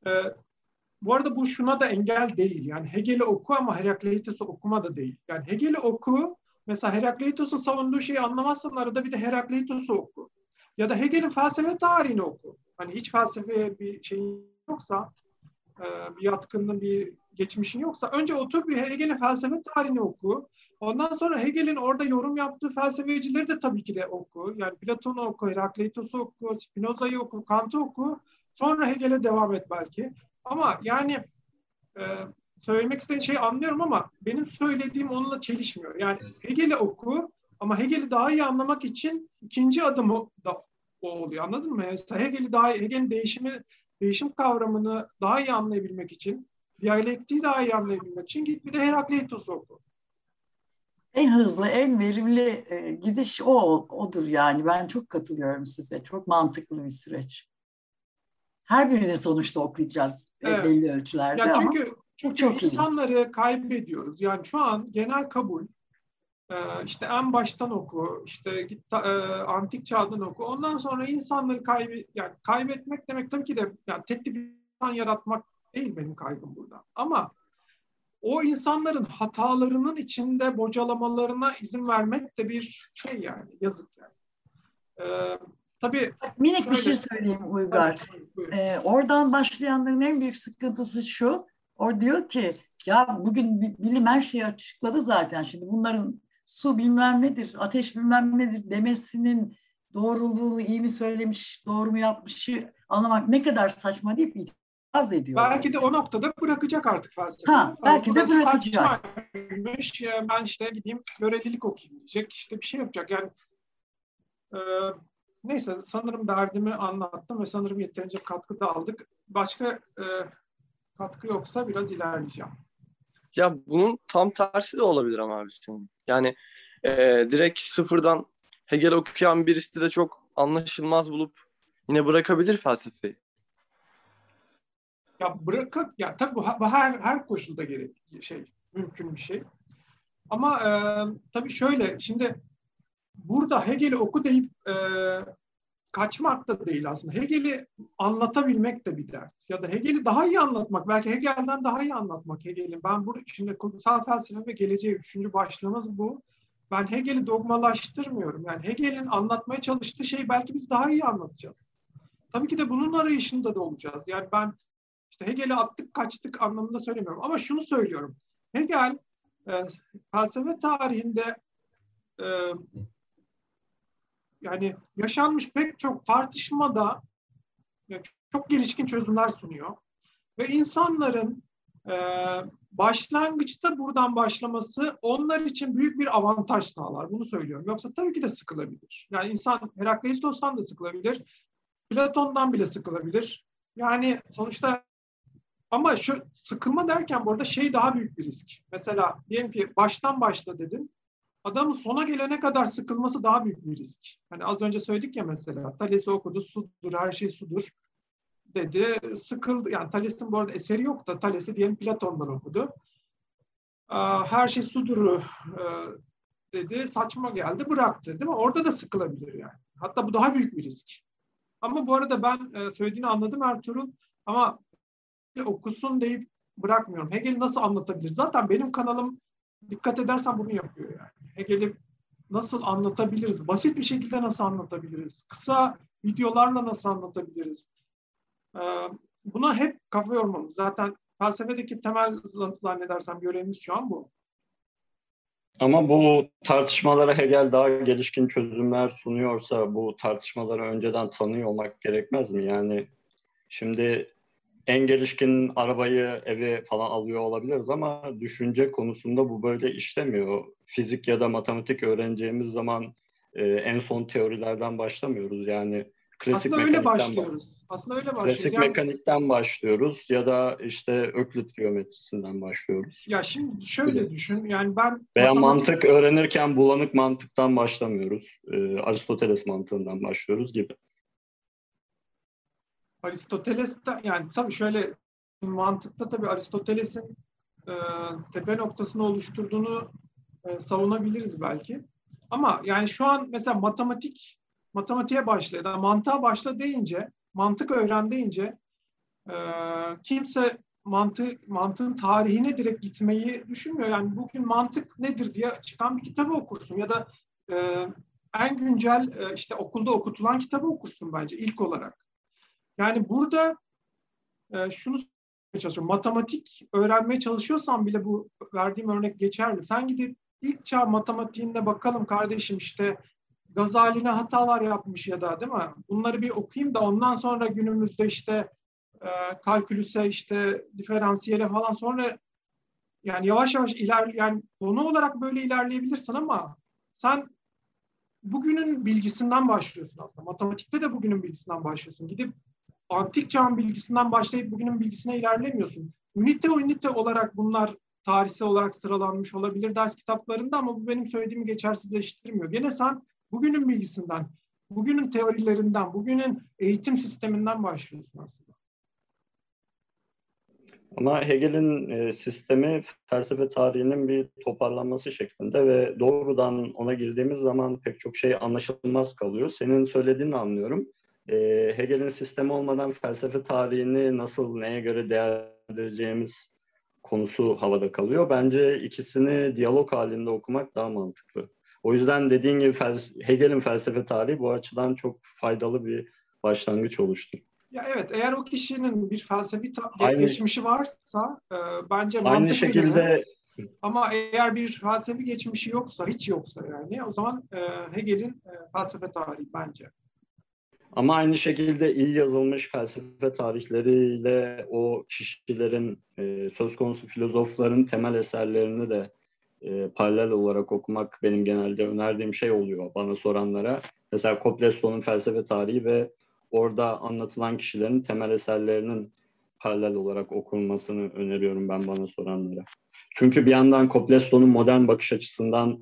bu arada bu şuna da engel değil. Yani Hegel'i oku ama Herakleitos'u okuma da değil. Yani Hegel'i oku, mesela Herakleitos'un savunduğu şeyi anlamazsan arada bir de Herakleitos'u oku. Ya da Hegel'in felsefe tarihini oku. Hani hiç felsefeye bir şeyin yoksa, bir yatkınlığın, bir geçmişin yoksa önce otur bir Hegel'in felsefe tarihini oku. Ondan sonra Hegel'in orada yorum yaptığı felsefecileri de tabii ki de oku. Yani Platon'u oku, Herakleitos'u oku, Spinoza'yı oku, Kant'ı oku. Sonra Hegel'e devam et belki. Ama yani söylemek istediğin şeyi anlıyorum ama benim söylediğim onunla çelişmiyor. Yani Hegel'i oku ama Hegel'i daha iyi anlamak için ikinci adımı da o oluyor. Anladın mı? Mesela Hegel'in değişim kavramını daha iyi anlayabilmek için, diyalektiği daha iyi anlayabilmek için git bir de Herakleitos'u oku. En hızlı, en verimli gidiş odur yani. Ben çok katılıyorum size. Çok mantıklı bir süreç. Her birini sonuçta okuyacağız belli ölçülerde, ya ama çünkü çok insanları iyi kaybediyoruz. Yani şu an genel kabul, işte en baştan oku, işte git antik çağdan oku. Ondan sonra insanları kaybetmek demek tabii ki de yani tek tip insan yaratmak değil benim kaygım burada. Ama o insanların hatalarının içinde bocalamalarına izin vermek de bir şey yani, yazık yani. Tabii minik bir şey söyleyeyim Uygar. Oradan başlayanların en büyük sıkıntısı şu. O diyor ki ya bugün bilim her şeyi açıkladı zaten. Şimdi bunların su bilmem nedir, ateş bilmem nedir demesinin doğruluğunu, iyi mi söylemiş, doğru mu yapmışı anlamak ne kadar saçma deyip itiraz ediyorlar. Belki de o noktada bırakacak artık felsefe. Belki de bırakacak. Saçmaymış, ben işte gideyim görelilik okuyayım diyecek. İşte bir şey yapacak. Yani neyse, sanırım derdimi anlattım ve sanırım yeterince katkı da aldık. Başka katkı yoksa biraz ilerleyeceğim. Ya bunun tam tersi de olabilir ama abi senin. Yani direkt sıfırdan Hegel okuyan birisi de çok anlaşılmaz bulup yine bırakabilir felsefeyi. Ya tabii bu her koşulda mümkün bir şey. Ama tabii şöyle, şimdi burada Hegel'i oku deyip kaçmak da değil aslında. Hegel'i anlatabilmek de bir dert. Ya da Hegel'i daha iyi anlatmak. Belki Hegel'den daha iyi anlatmak Hegel'in. Şimdi kurgusal felsefe ve geleceğe 3. başlığımız bu. Ben Hegel'i dogmalaştırmıyorum. Yani Hegel'in anlatmaya çalıştığı şeyi belki biz daha iyi anlatacağız. Tabii ki de bunun arayışında da olacağız. Yani ben işte Hegel'i attık kaçtık anlamında söylemiyorum. Ama şunu söylüyorum. Hegel felsefe tarihinde yani yaşanmış pek çok tartışmada çok gelişkin çözümler sunuyor. Ve insanların başlangıçta buradan başlaması onlar için büyük bir avantaj sağlar. Bunu söylüyorum. Yoksa tabii ki de sıkılabilir. Yani insan Herakleitos'tan da sıkılabilir. Platon'dan bile sıkılabilir. Yani sonuçta ama şu sıkılma derken bu arada daha büyük bir risk. Mesela diyelim ki baştan başla dedim. Adamın sona gelene kadar sıkılması daha büyük bir risk. Hani az önce söyledik ya mesela. Thales'i okudu, sudur, her şey sudur dedi. Sıkıldı. Yani Thales'in bu arada eseri yok da Thales'i diyelim Platon'dan okudu. Her şey suduru dedi. Saçma geldi, bıraktı. Değil mi? Orada da sıkılabilir yani. Hatta bu daha büyük bir risk. Ama bu arada ben söylediğini anladım Ertuğrul. Ama okusun deyip bırakmıyorum. Hegel'i nasıl anlatabilir? Zaten benim kanalım dikkat edersen bunu yapıyor yani. Hegel'i nasıl anlatabiliriz? Basit bir şekilde nasıl anlatabiliriz? Kısa videolarla nasıl anlatabiliriz? Buna hep kafa yormamız. Zaten felsefedeki temel zannedersem görevimiz şu an bu. Ama bu tartışmalara Hegel daha gelişkin çözümler sunuyorsa bu tartışmaları önceden tanıyor olmak gerekmez mi? Yani şimdi en gelişkin arabayı, evi falan alıyor olabiliriz ama düşünce konusunda bu böyle işlemiyor. Fizik ya da matematik öğreneceğimiz zaman en son teorilerden başlamıyoruz. Yani klasik Aslında öyle başlıyoruz. Klasik mekanikten başlıyoruz ya da işte Öklit geometrisinden başlıyoruz. Ya şimdi şöyle düşün. Yani ben veya mantık öğrenirken bulanık mantıktan başlamıyoruz. Aristoteles mantığından başlıyoruz gibi. Aristoteles'te yani tabii şöyle mantıkta tabii Aristoteles'in tepe noktasını oluşturduğunu savunabiliriz belki. Ama yani şu an mesela matematiğe başla ya da mantığa başla deyince, mantık öğren deyince kimse mantığın tarihine direkt gitmeyi düşünmüyor. Yani bugün mantık nedir diye çıkan bir kitabı okursun ya da en güncel işte okulda okutulan kitabı okursun bence ilk olarak. Yani burada şunu söylemeye çalışıyorum. Matematik öğrenmeye çalışıyorsan bile bu verdiğim örnek geçerli. Sen gidip ilk çağ matematiğinde bakalım kardeşim işte Gazali ne hatalar yapmış ya da değil mi? Bunları bir okuyayım da ondan sonra günümüzde işte kalkülüse işte diferansiyele falan sonra yani yavaş yavaş yani konu olarak böyle ilerleyebilirsin ama sen bugünün bilgisinden başlıyorsun aslında. Matematikte de bugünün bilgisinden başlıyorsun. Gidip antik çağın bilgisinden başlayıp bugünün bilgisine ilerlemiyorsun. Ünite olarak bunlar tarihsel olarak sıralanmış olabilir ders kitaplarında ama bu benim söylediğimi geçersizleştirmiyor. Gene sen bugünün bilgisinden, bugünün teorilerinden, bugünün eğitim sisteminden başlıyorsun aslında. Ama Hegel'in sistemi felsefe tarihinin bir toparlanması şeklinde ve doğrudan ona girdiğimiz zaman pek çok şey anlaşılmaz kalıyor. Senin söylediğini anlıyorum. Hegel'in sistemi olmadan felsefe tarihini nasıl, neye göre değerlendireceğimiz konusu havada kalıyor. Bence ikisini diyalog halinde okumak daha mantıklı. O yüzden dediğin gibi Hegel'in felsefe tarihi bu açıdan çok faydalı bir başlangıç oluştu. Ya evet, eğer o kişinin bir felsefi geçmişi varsa bence aynı mantık şekilde ama eğer bir felsefi geçmişi yoksa, hiç yoksa yani o zaman Hegel'in felsefe tarihi bence. Ama aynı şekilde iyi yazılmış felsefe tarihleriyle o kişilerin, söz konusu filozofların temel eserlerini de paralel olarak okumak benim genelde önerdiğim şey oluyor bana soranlara. Mesela Copleston'un felsefe tarihi ve orada anlatılan kişilerin temel eserlerinin paralel olarak okunmasını öneriyorum ben bana soranlara. Çünkü bir yandan Copleston'un modern bakış açısından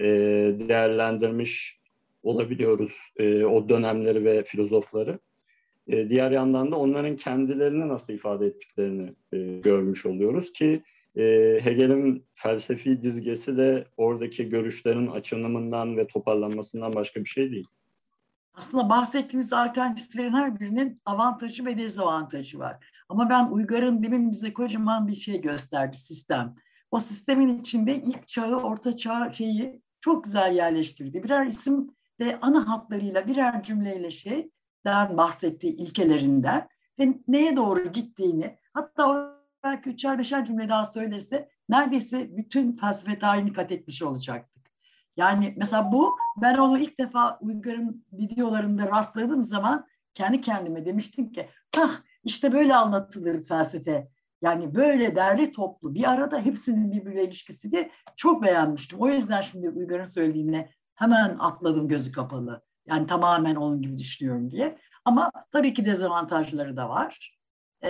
değerlendirmiş olabiliyoruz o dönemleri ve filozofları. Diğer yandan da onların kendilerini nasıl ifade ettiklerini görmüş oluyoruz ki Hegel'in felsefi dizgesi de oradaki görüşlerin açılımından ve toparlanmasından başka bir şey değil. Aslında bahsettiğimiz alternatiflerin her birinin avantajı ve dezavantajı var. Ama ben Uygar'ın demin bize kocaman bir şey gösterdi, sistem. O sistemin içinde ilk çağı, orta çağı şeyi çok güzel yerleştirdi. Birer isim ve ana hatlarıyla birer cümleyle şeyden bahsettiği ilkelerinden ve neye doğru gittiğini, hatta belki üçer beşer cümle daha söylese neredeyse bütün felsefe tarihini kat etmiş olacaktık. Yani mesela ben onu ilk defa Uygar'ın videolarında rastladığım zaman kendi kendime demiştim ki işte böyle anlatılır felsefe. Yani böyle derli toplu bir arada hepsinin birbiriyle ilişkisi diye çok beğenmiştim. O yüzden şimdi Uygar'ın söylediğine hemen atladım gözü kapalı. Yani tamamen onun gibi düşünüyorum diye. Ama tabii ki dezavantajları da var.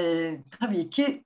Tabii ki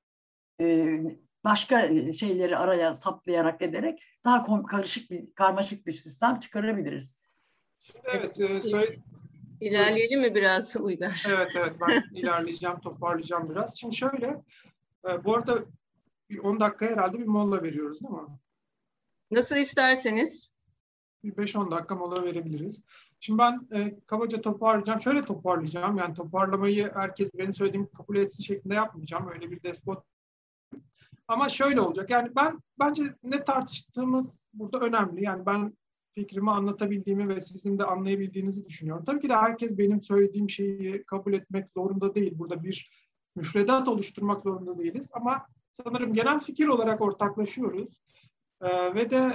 başka şeyleri araya saplayarak ederek daha karmaşık bir sistem çıkarabiliriz. Evet. İlerleyelim mi biraz Uygar? Evet ben ilerleyeceğim, toparlayacağım biraz. Şimdi şöyle, bu arada 10 dakika herhalde bir mola veriyoruz değil mi? Nasıl isterseniz. Bir 5-10 dakika mola verebiliriz. Şimdi ben kabaca toparlayacağım. Şöyle toparlayacağım. Yani toparlamayı herkes benim söylediğimi kabul etsin şeklinde yapmayacağım. Öyle bir despot. Ama şöyle olacak. Yani bence ne tartıştığımız burada önemli. Yani ben fikrimi anlatabildiğimi ve sizin de anlayabildiğinizi düşünüyorum. Tabii ki de herkes benim söylediğim şeyi kabul etmek zorunda değil. Burada bir müfredat oluşturmak zorunda değiliz. Ama sanırım genel fikir olarak ortaklaşıyoruz. Ve de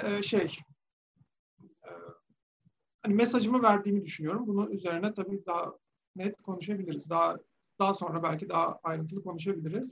hani mesajımı verdiğimi düşünüyorum. Bunun üzerine tabii daha net konuşabiliriz. Daha sonra belki daha ayrıntılı konuşabiliriz.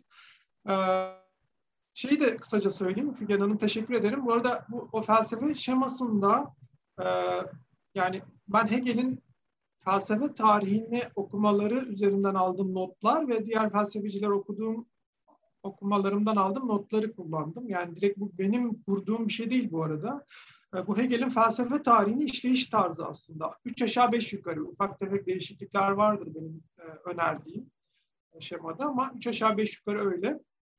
Şeyi de kısaca söyleyeyim. Figen Hanım teşekkür ederim. Bu arada o felsefe şemasında yani ben Hegel'in felsefe tarihini okumaları üzerinden aldığım notlar ve diğer felsefeciler okumalarımdan aldığım notları kullandım. Yani direkt bu benim kurduğum bir şey değil bu arada. Bu Hegel'in felsefe tarihini işleyiş tarzı aslında. 3 aşağı 5 yukarı ufak tefek değişiklikler vardır benim önerdiğim şemada ama 3 aşağı 5 yukarı öyle.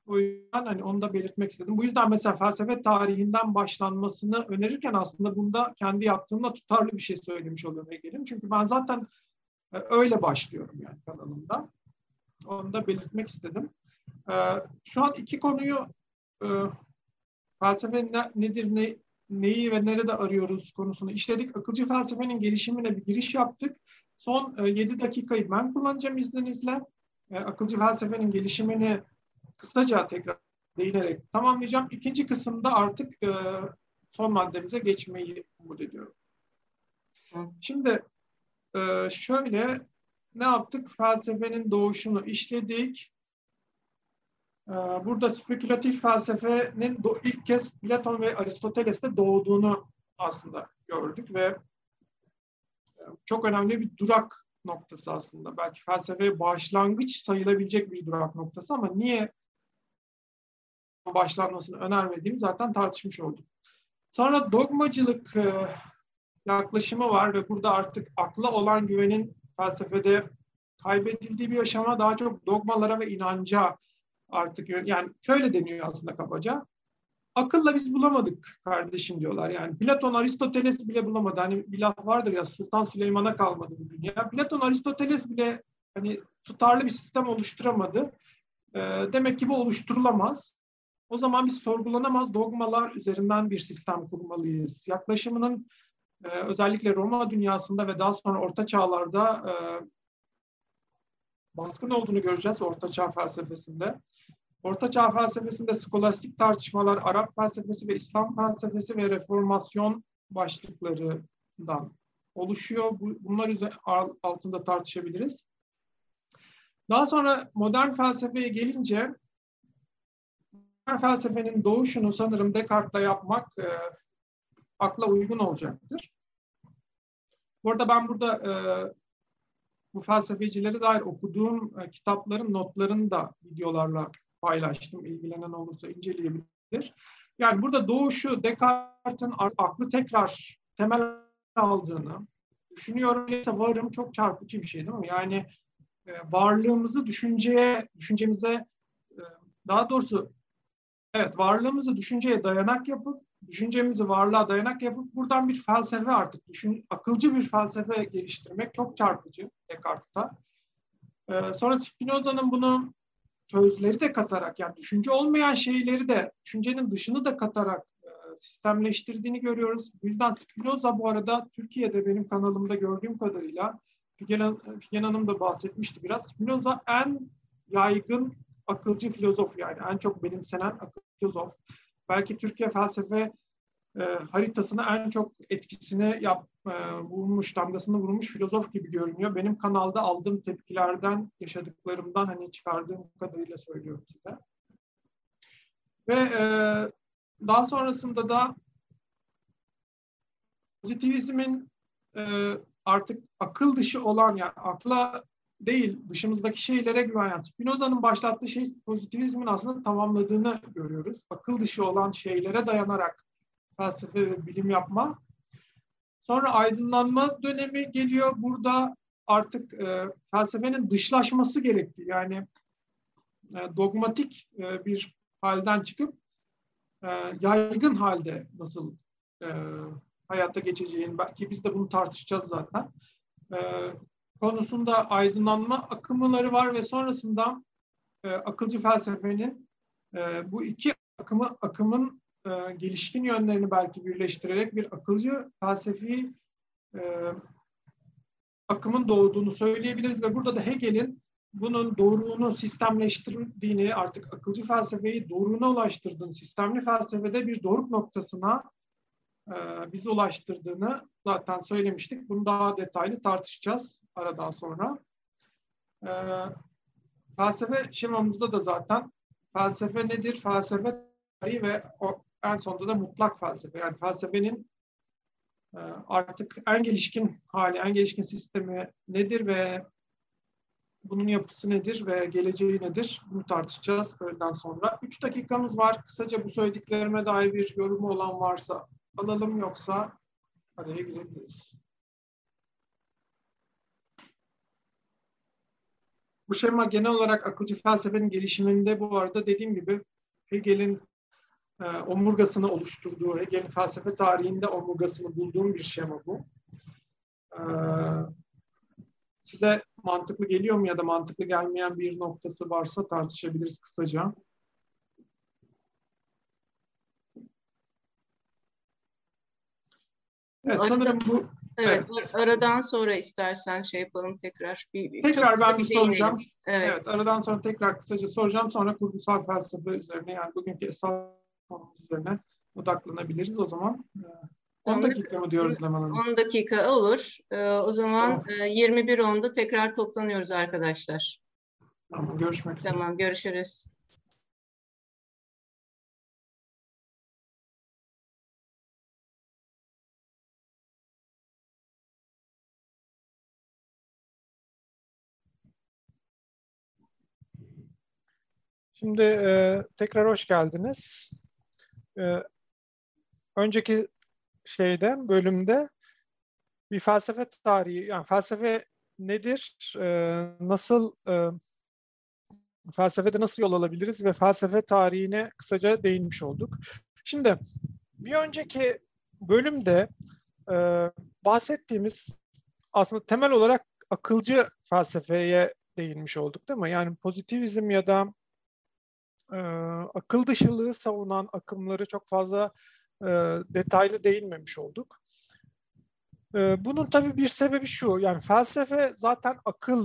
O yüzden hani onu da belirtmek istedim. Bu yüzden mesela felsefe tarihinden başlanmasını önerirken aslında bunda kendi yaptığımda tutarlı bir şey söylemiş oluyorum Hegel'in. Çünkü ben zaten öyle başlıyorum yani kanalımda. Onu da belirtmek istedim. Şu an iki konuyu felsefe nedir, neyi ve nerede arıyoruz konusunu işledik. Akılcı felsefenin gelişimine bir giriş yaptık. Son 7 dakikayı ben kullanacağım izninizle. Akılcı felsefenin gelişimini kısaca tekrar değinerek tamamlayacağım. İkinci kısımda artık son maddemize geçmeyi umut ediyorum. Şimdi şöyle ne yaptık? Felsefenin doğuşunu işledik. Burada spekülatif felsefenin ilk kez Platon ve Aristoteles'te doğduğunu aslında gördük ve çok önemli bir durak noktası aslında. Belki felsefeye başlangıç sayılabilecek bir durak noktası ama niye başlanmasını önermediğimi zaten tartışmış olduk. Sonra dogmacılık yaklaşımı var ve burada artık akla olan güvenin felsefede kaybedildiği bir aşama, daha çok dogmalara ve inanca artık, yani şöyle deniyor aslında kabaca. Akılla biz bulamadık kardeşim diyorlar. Yani Platon, Aristoteles bile bulamadı. Hani bir laf vardır ya, Sultan Süleyman'a kalmadı bu dünya. Platon, Aristoteles bile hani tutarlı bir sistem oluşturamadı. Demek ki bu oluşturulamaz. O zaman biz sorgulanamaz dogmalar üzerinden bir sistem kurmalıyız. Yaklaşımının özellikle Roma dünyasında ve daha sonra Orta Çağlarda baskın olduğunu göreceğiz Orta Çağ felsefesinde. Orta Çağ felsefesinde skolastik tartışmalar, Arap felsefesi ve İslam felsefesi ve reformasyon başlıklarından oluşuyor. Bunlar altında tartışabiliriz. Daha sonra modern felsefeye gelince, modern felsefenin doğuşunu sanırım Descartes'la yapmak akla uygun olacaktır. Bu arada ben burada bu felsefecilere dair okuduğum kitapların notlarını da videolarla paylaştım. İlgilenen olursa inceleyebilir. Yani burada doğuşu Descartes'in aklı tekrar temel aldığını düşünüyorum. Varım çok çarpıcı bir şey değil mi? Yani varlığımızı düşüncemize, daha doğrusu evet, varlığımızı düşünceye dayanak yapıp, düşüncemizi varlığa dayanak yapıp buradan bir felsefe artık akılcı bir felsefe geliştirmek çok çarpıcı Descartes'ta. Sonra Spinoza'nın bunu sözleri de katarak, yani düşünce olmayan şeyleri de, düşüncenin dışını da katarak sistemleştirdiğini görüyoruz. Bu yüzden Spinoza bu arada Türkiye'de benim kanalımda gördüğüm kadarıyla, Figen Hanım da bahsetmişti biraz, Spinoza en yaygın akılcı filozof, yani en çok benimsenen akılcı filozof. Belki Türkiye felsefe haritasına en çok etkisini vurmuş, damgasını vurmuş filozof gibi görünüyor. Benim kanalda aldığım tepkilerden, yaşadıklarımdan hani çıkardığım kadarıyla söylüyorum size. Ve daha sonrasında da pozitivizmin artık akıl dışı olan, yani akla değil dışımızdaki şeylere güvenen, Spinoza'nın başlattığı şey pozitivizmin aslında tamamladığını görüyoruz. Akıl dışı olan şeylere dayanarak felsefe ve bilim yapma. Sonra aydınlanma dönemi geliyor. Burada artık felsefenin dışlaşması gerekti. Yani dogmatik bir halden çıkıp yaygın halde nasıl hayatta geçeceğini, belki biz de bunu tartışacağız zaten. Konusunda aydınlanma akımları var ve sonrasında akılcı felsefenin bu iki akımın gelişkin yönlerini belki birleştirerek bir akılcı felsefi akımın doğduğunu söyleyebiliriz ve burada da Hegel'in bunun doğruğunu sistemleştirdiğini, artık akılcı felsefeyi doğruğuna ulaştırdığını, sistemli felsefede bir doruk noktasına bizi ulaştırdığını zaten söylemiştik. Bunu daha detaylı tartışacağız aradan sonra. Felsefe şemamızda da zaten felsefe nedir, felsefe tarihi ve en sonunda da mutlak felsefe. Yani felsefenin artık en gelişkin hali, en gelişkin sistemi nedir ve bunun yapısı nedir ve geleceği nedir? Bunu tartışacağız öğleden sonra. 3 dakikamız var. Kısaca bu söylediklerime dair bir yorumu olan varsa alalım, yoksa araya girebiliriz. Bu şema genel olarak akılcı felsefenin gelişiminde bu arada dediğim gibi Hegel'in omurgasını oluşturduğu, Hegel'in felsefe tarihinde omurgasını bulduğum bir şema bu. Size mantıklı geliyor mu ya da mantıklı gelmeyen bir noktası varsa tartışabiliriz kısaca. Evet, sanırım bu... Evet, aradan sonra istersen şey yapalım tekrar. Tekrar ben bir soracağım. Evet, aradan sonra tekrar kısaca soracağım. Sonra kurgusal felsefe üzerine, yani bugünkü esas konumuz üzerine odaklanabiliriz. O zaman 10 dakika mı diyoruz Leman Hanım? 10 dakika olur. O zaman 21.10'da tekrar toplanıyoruz arkadaşlar. Tamam, görüşmek üzere. Tamam, görüşürüz. Şimdi tekrar hoş geldiniz. Önceki bölümde bir felsefe tarihi, yani felsefe nedir, felsefede nasıl yol alabiliriz ve felsefe tarihine kısaca değinmiş olduk. Şimdi bir önceki bölümde bahsettiğimiz aslında temel olarak akılcı felsefeye değinmiş olduk, değil mi? Yani pozitivizm ya da akıl dışılığı savunan akımları çok fazla detaylı değinmemiş olduk. Bunun tabii bir sebebi şu, yani felsefe zaten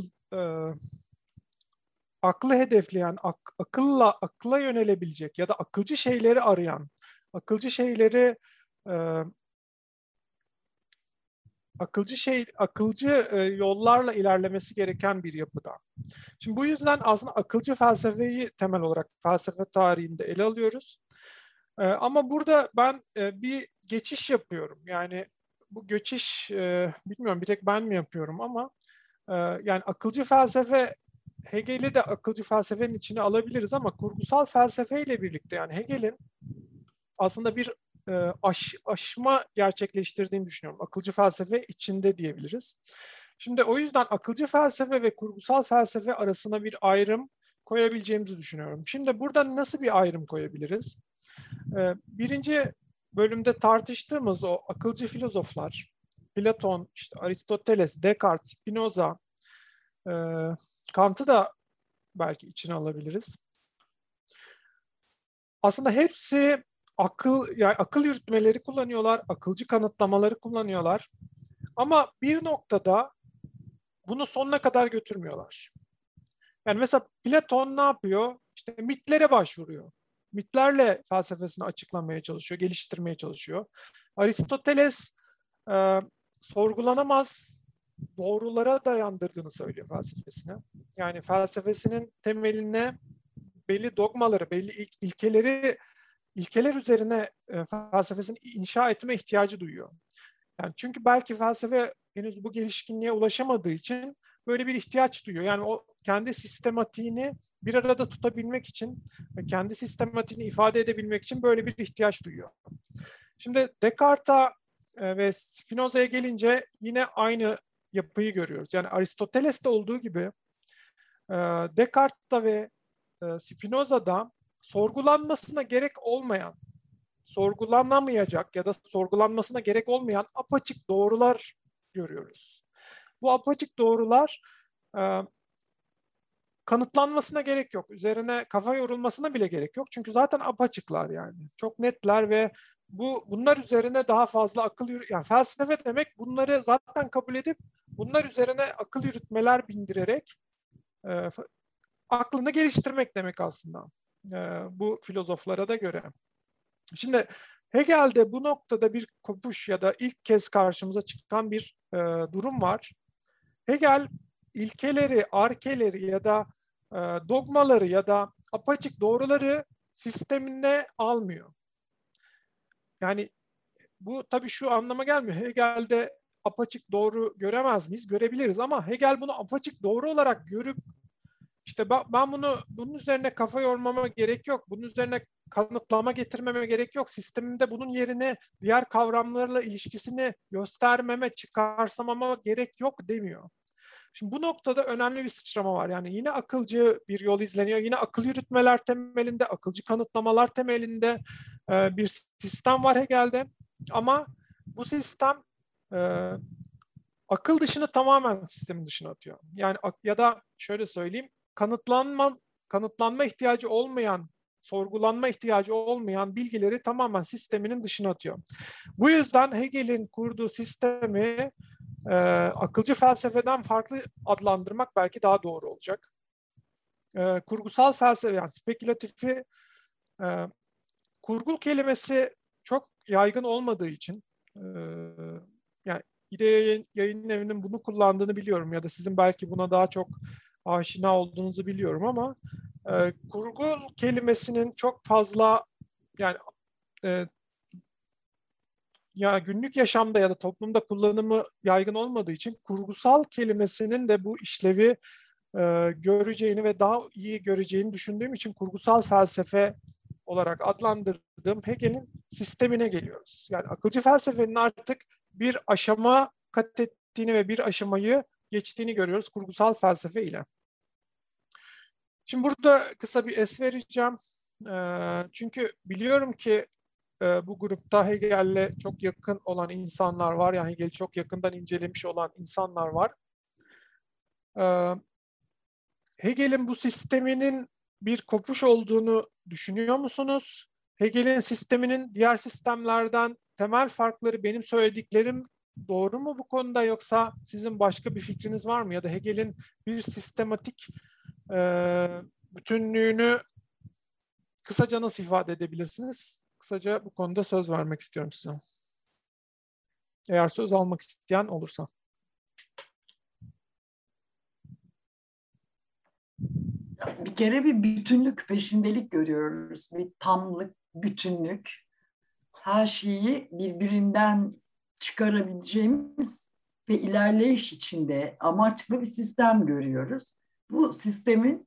aklı hedefleyen, akla yönelebilecek ya da akılcı şeyleri arayan, akılcı yollarla ilerlemesi gereken bir yapıda. Şimdi bu yüzden aslında akılcı felsefeyi temel olarak felsefe tarihinde ele alıyoruz. Ama burada ben bir geçiş yapıyorum. Yani bu geçiş bilmiyorum bir tek ben mi yapıyorum ama yani akılcı felsefe, Hegel'i de akılcı felsefenin içine alabiliriz ama kurgusal felsefeyle birlikte, yani Hegel'in aslında bir aşma gerçekleştirdiğini düşünüyorum. Akılcı felsefe içinde diyebiliriz. Şimdi o yüzden akılcı felsefe ve kurgusal felsefe arasına bir ayrım koyabileceğimizi düşünüyorum. Şimdi burada nasıl bir ayrım koyabiliriz? Birinci bölümde tartıştığımız o akılcı filozoflar, Platon, işte Aristoteles, Descartes, Spinoza, Kant'ı da belki içine alabiliriz. Aslında hepsi akıl yürütmeleri kullanıyorlar, akılcı kanıtlamaları kullanıyorlar. Ama bir noktada bunu sonuna kadar götürmüyorlar. Yani mesela Platon ne yapıyor? İşte mitlere başvuruyor. Mitlerle felsefesini açıklamaya çalışıyor, geliştirmeye çalışıyor. Aristoteles sorgulanamaz doğrulara dayandırdığını söylüyor felsefesine. Yani felsefesinin temeline belli dogmaları, belli ilkeler üzerine felsefesini inşa etme ihtiyacı duyuyor. Yani çünkü belki felsefe henüz bu gelişkinliğe ulaşamadığı için böyle bir ihtiyaç duyuyor. Yani o kendi sistematiğini bir arada tutabilmek için ve kendi sistematiğini ifade edebilmek için böyle bir ihtiyaç duyuyor. Şimdi Descartes'a ve Spinoza'ya gelince yine aynı yapıyı görüyoruz. Yani Aristoteles'te olduğu gibi Descartes'ta ve Spinoza'da sorgulanmasına gerek olmayan, sorgulanamayacak ya da sorgulanmasına gerek olmayan apaçık doğrular görüyoruz. Bu apaçık doğrular kanıtlanmasına gerek yok. Üzerine kafa yorulmasına bile gerek yok. Çünkü zaten apaçıklar yani. Çok netler ve bunlar üzerine daha fazla yani felsefe demek bunları zaten kabul edip bunlar üzerine akıl yürütmeler bindirerek aklını geliştirmek demek aslında. Bu filozoflara da göre. Şimdi Hegel'de bu noktada bir kopuş ya da ilk kez karşımıza çıkan bir durum var. Hegel ilkeleri, arkeleri ya da dogmaları ya da apaçık doğruları sistemine almıyor. Yani bu tabii şu anlama gelmiyor. Hegel'de apaçık doğru göremez miyiz? Görebiliriz ama Hegel bunu apaçık doğru olarak görüp İşte ben bunun üzerine kafa yormama gerek yok. Bunun üzerine kanıtlama getirmeme gerek yok. Sistemimde bunun yerine diğer kavramlarla ilişkisini göstermeme, çıkarsamama gerek yok demiyor. Şimdi bu noktada önemli bir sıçrama var. Yani yine akılcı bir yol izleniyor. Yine akıl yürütmeler temelinde, akılcı kanıtlamalar temelinde bir sistem var Hegel'de. Ama bu sistem akıl dışını tamamen sistemin dışına atıyor. Yani ya da şöyle söyleyeyim, kanıtlanma ihtiyacı olmayan, sorgulanma ihtiyacı olmayan bilgileri tamamen sisteminin dışına atıyor. Bu yüzden Hegel'in kurduğu sistemi akılcı felsefeden farklı adlandırmak belki daha doğru olacak. Kurgusal felsefe, yani spekülatifi, kurgul kelimesi çok yaygın olmadığı için, yani İDE Yayın Evi'nin bunu kullandığını biliyorum ya da sizin belki buna daha çok aşina olduğunuzu biliyorum ama kurgul kelimesinin çok fazla, yani ya günlük yaşamda ya da toplumda kullanımı yaygın olmadığı için kurgusal kelimesinin de bu işlevi göreceğini ve daha iyi göreceğini düşündüğüm için kurgusal felsefe olarak adlandırdığım Hegel'in sistemine geliyoruz. Yani akılcı felsefenin artık bir aşama kat ettiğini ve bir aşamayı geçtiğini görüyoruz kurgusal felsefe ile. Şimdi burada kısa bir es vereceğim. Çünkü biliyorum ki bu grupta Hegel'le çok yakın olan insanlar var. Yani Hegel'i çok yakından incelemiş olan insanlar var. Hegel'in bu sisteminin bir kopuş olduğunu düşünüyor musunuz? Hegel'in sisteminin diğer sistemlerden temel farkları benim söylediklerim doğru mu bu konuda, yoksa sizin başka bir fikriniz var mı? Ya da Hegel'in bir sistematik bütünlüğünü kısaca nasıl ifade edebilirsiniz? Kısaca bu konuda söz vermek istiyorum size. Eğer söz almak isteyen olursa. Bir kere bir bütünlük, peşindelik görüyoruz. Bir tamlık, bütünlük. Her şeyi birbirinden çıkarabileceğimiz ve ilerleyiş içinde amaçlı bir sistem görüyoruz. Bu sistemin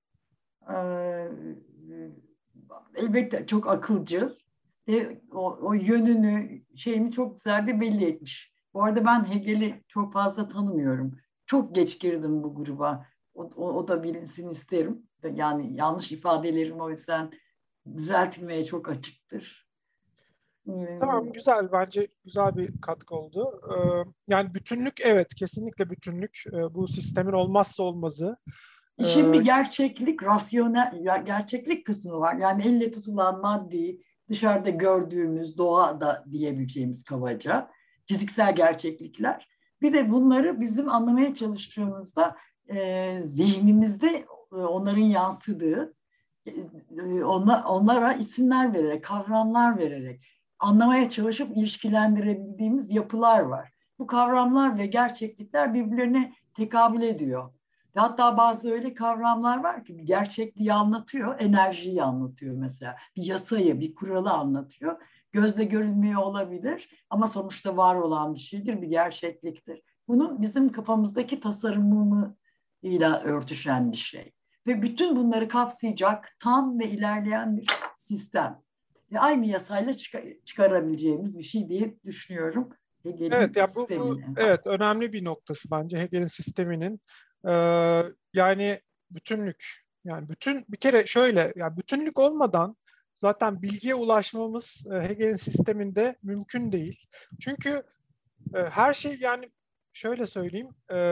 elbette çok akılcı ve o yönünü, şeyini çok güzel bir belli etmiş. Bu arada ben Hegel'i çok fazla tanımıyorum. Çok geç girdim bu gruba. O da bilinsin isterim. Yani yanlış ifadelerim o yüzden düzeltilmeye çok açıktır. Tamam, güzel. Bence güzel bir katkı oldu. Yani bütünlük, evet, kesinlikle bütünlük. Bu sistemin olmazsa olmazı. İşin bir gerçeklik, rasyonel, gerçeklik kısmı var. Yani elle tutulan maddi, dışarıda gördüğümüz doğada diyebileceğimiz kabaca fiziksel gerçeklikler. Bir de bunları bizim anlamaya çalıştığımızda zihnimizde onların yansıdığı, onlara isimler vererek, kavramlar vererek anlamaya çalışıp ilişkilendirebildiğimiz yapılar var. Bu kavramlar ve gerçeklikler birbirlerine tekabül ediyor. Hatta bazı öyle kavramlar var ki bir gerçekliği anlatıyor, enerjiyi anlatıyor mesela. Bir yasayı, bir kuralı anlatıyor. Gözle görülmüyor olabilir ama sonuçta var olan bir şeydir, bir gerçekliktir. Bunun bizim kafamızdaki tasarımıyla örtüşen bir şey. Ve bütün bunları kapsayacak tam ve ilerleyen bir sistem. Ve aynı yasayla çıkarabileceğimiz bir şey diye düşünüyorum. Hegel'in evet, ya bu evet, önemli bir noktası bence Hegel'in sisteminin. Yani bütünlük. Yani bir kere şöyle, yani bütünlük olmadan zaten bilgiye ulaşmamız Hegel'in sisteminde mümkün değil. Çünkü her şey, yani şöyle söyleyeyim,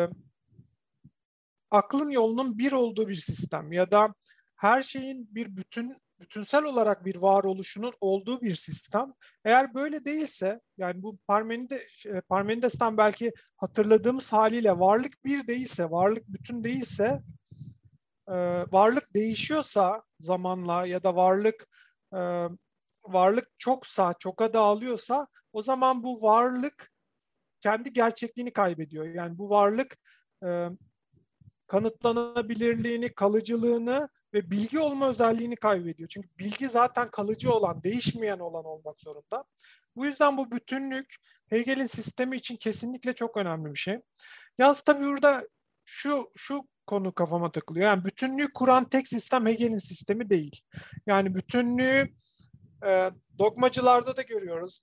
aklın yolunun bir olduğu bir sistem ya da her şeyin bir bütünsel olarak bir varoluşunun olduğu bir sistem. Eğer böyle değilse, yani bu Parmenides'ten belki hatırladığımız haliyle varlık bir değilse, varlık bütün değilse, varlık değişiyorsa zamanla ya da varlık çoka dağılıyorsa, o zaman bu varlık kendi gerçekliğini kaybediyor. Yani bu varlık kanıtlanabilirliğini, kalıcılığını ve bilgi olma özelliğini kaybediyor. Çünkü bilgi zaten kalıcı olan, değişmeyen olan olmak zorunda. Bu yüzden bu bütünlük Hegel'in sistemi için kesinlikle çok önemli bir şey. Yalnız tabii burada şu konu kafama takılıyor. Yani bütünlüğü kuran tek sistem Hegel'in sistemi değil. Yani bütünlüğü dogmacılarda da görüyoruz.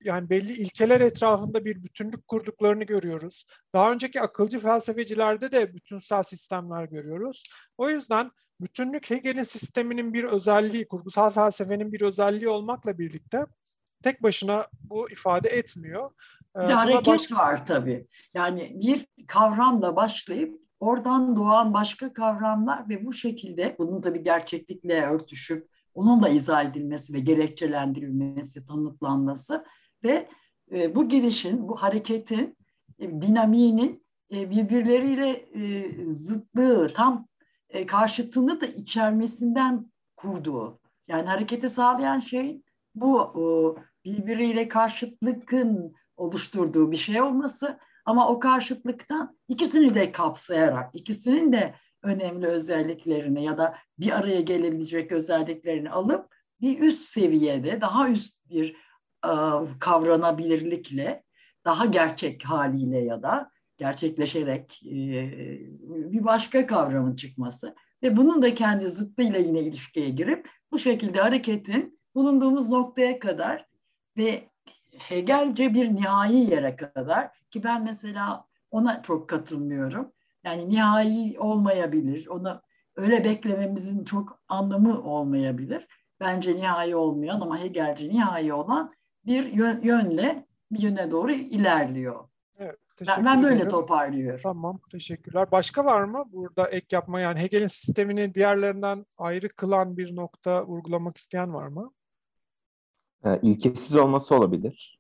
yani belli ilkeler etrafında bir bütünlük kurduklarını görüyoruz. Daha önceki akılcı felsefecilerde de bütünsel sistemler görüyoruz. O yüzden bütünlük Hegel'in sisteminin bir özelliği, kurgusal felsefenin bir özelliği olmakla birlikte tek başına bu ifade etmiyor. Bir de hareket var tabii. Yani bir kavramla başlayıp oradan doğan başka kavramlar ve bu şekilde bunun tabii gerçeklikle örtüşüp onunla izah edilmesi ve gerekçelendirilmesi, tanıtlanması ve bu gidişin, bu hareketin dinamiğinin birbirleriyle zıtlığı, tam karşıtını da içermesinden kurduğu. Yani hareketi sağlayan şey bu birbiriyle karşıtlıkın oluşturduğu bir şey olması ama o karşıtlıktan ikisini de kapsayarak, ikisinin de önemli özelliklerini ya da bir araya gelebilecek özelliklerini alıp bir üst seviyede, daha üst bir kavranabilirlikle, daha gerçek haliyle ya da gerçekleşerek bir başka kavramın çıkması ve bunun da kendi zıttıyla yine ilişkiye girip bu şekilde hareketin bulunduğumuz noktaya kadar ve Hegelce bir nihai yere kadar, ki ben mesela ona çok katılmıyorum. Yani nihai olmayabilir. Onu öyle beklememizin çok anlamı olmayabilir. Bence nihai olmayan ama Hegelce nihai olan bir yönle bir yöne doğru ilerliyor. Evet, ben böyle toparlıyorum. Tamam, teşekkürler. Başka var mı burada ek yapma, yani Hegel'in sistemini diğerlerinden ayrı kılan bir nokta vurgulamak isteyen var mı? İlkesiz olması olabilir.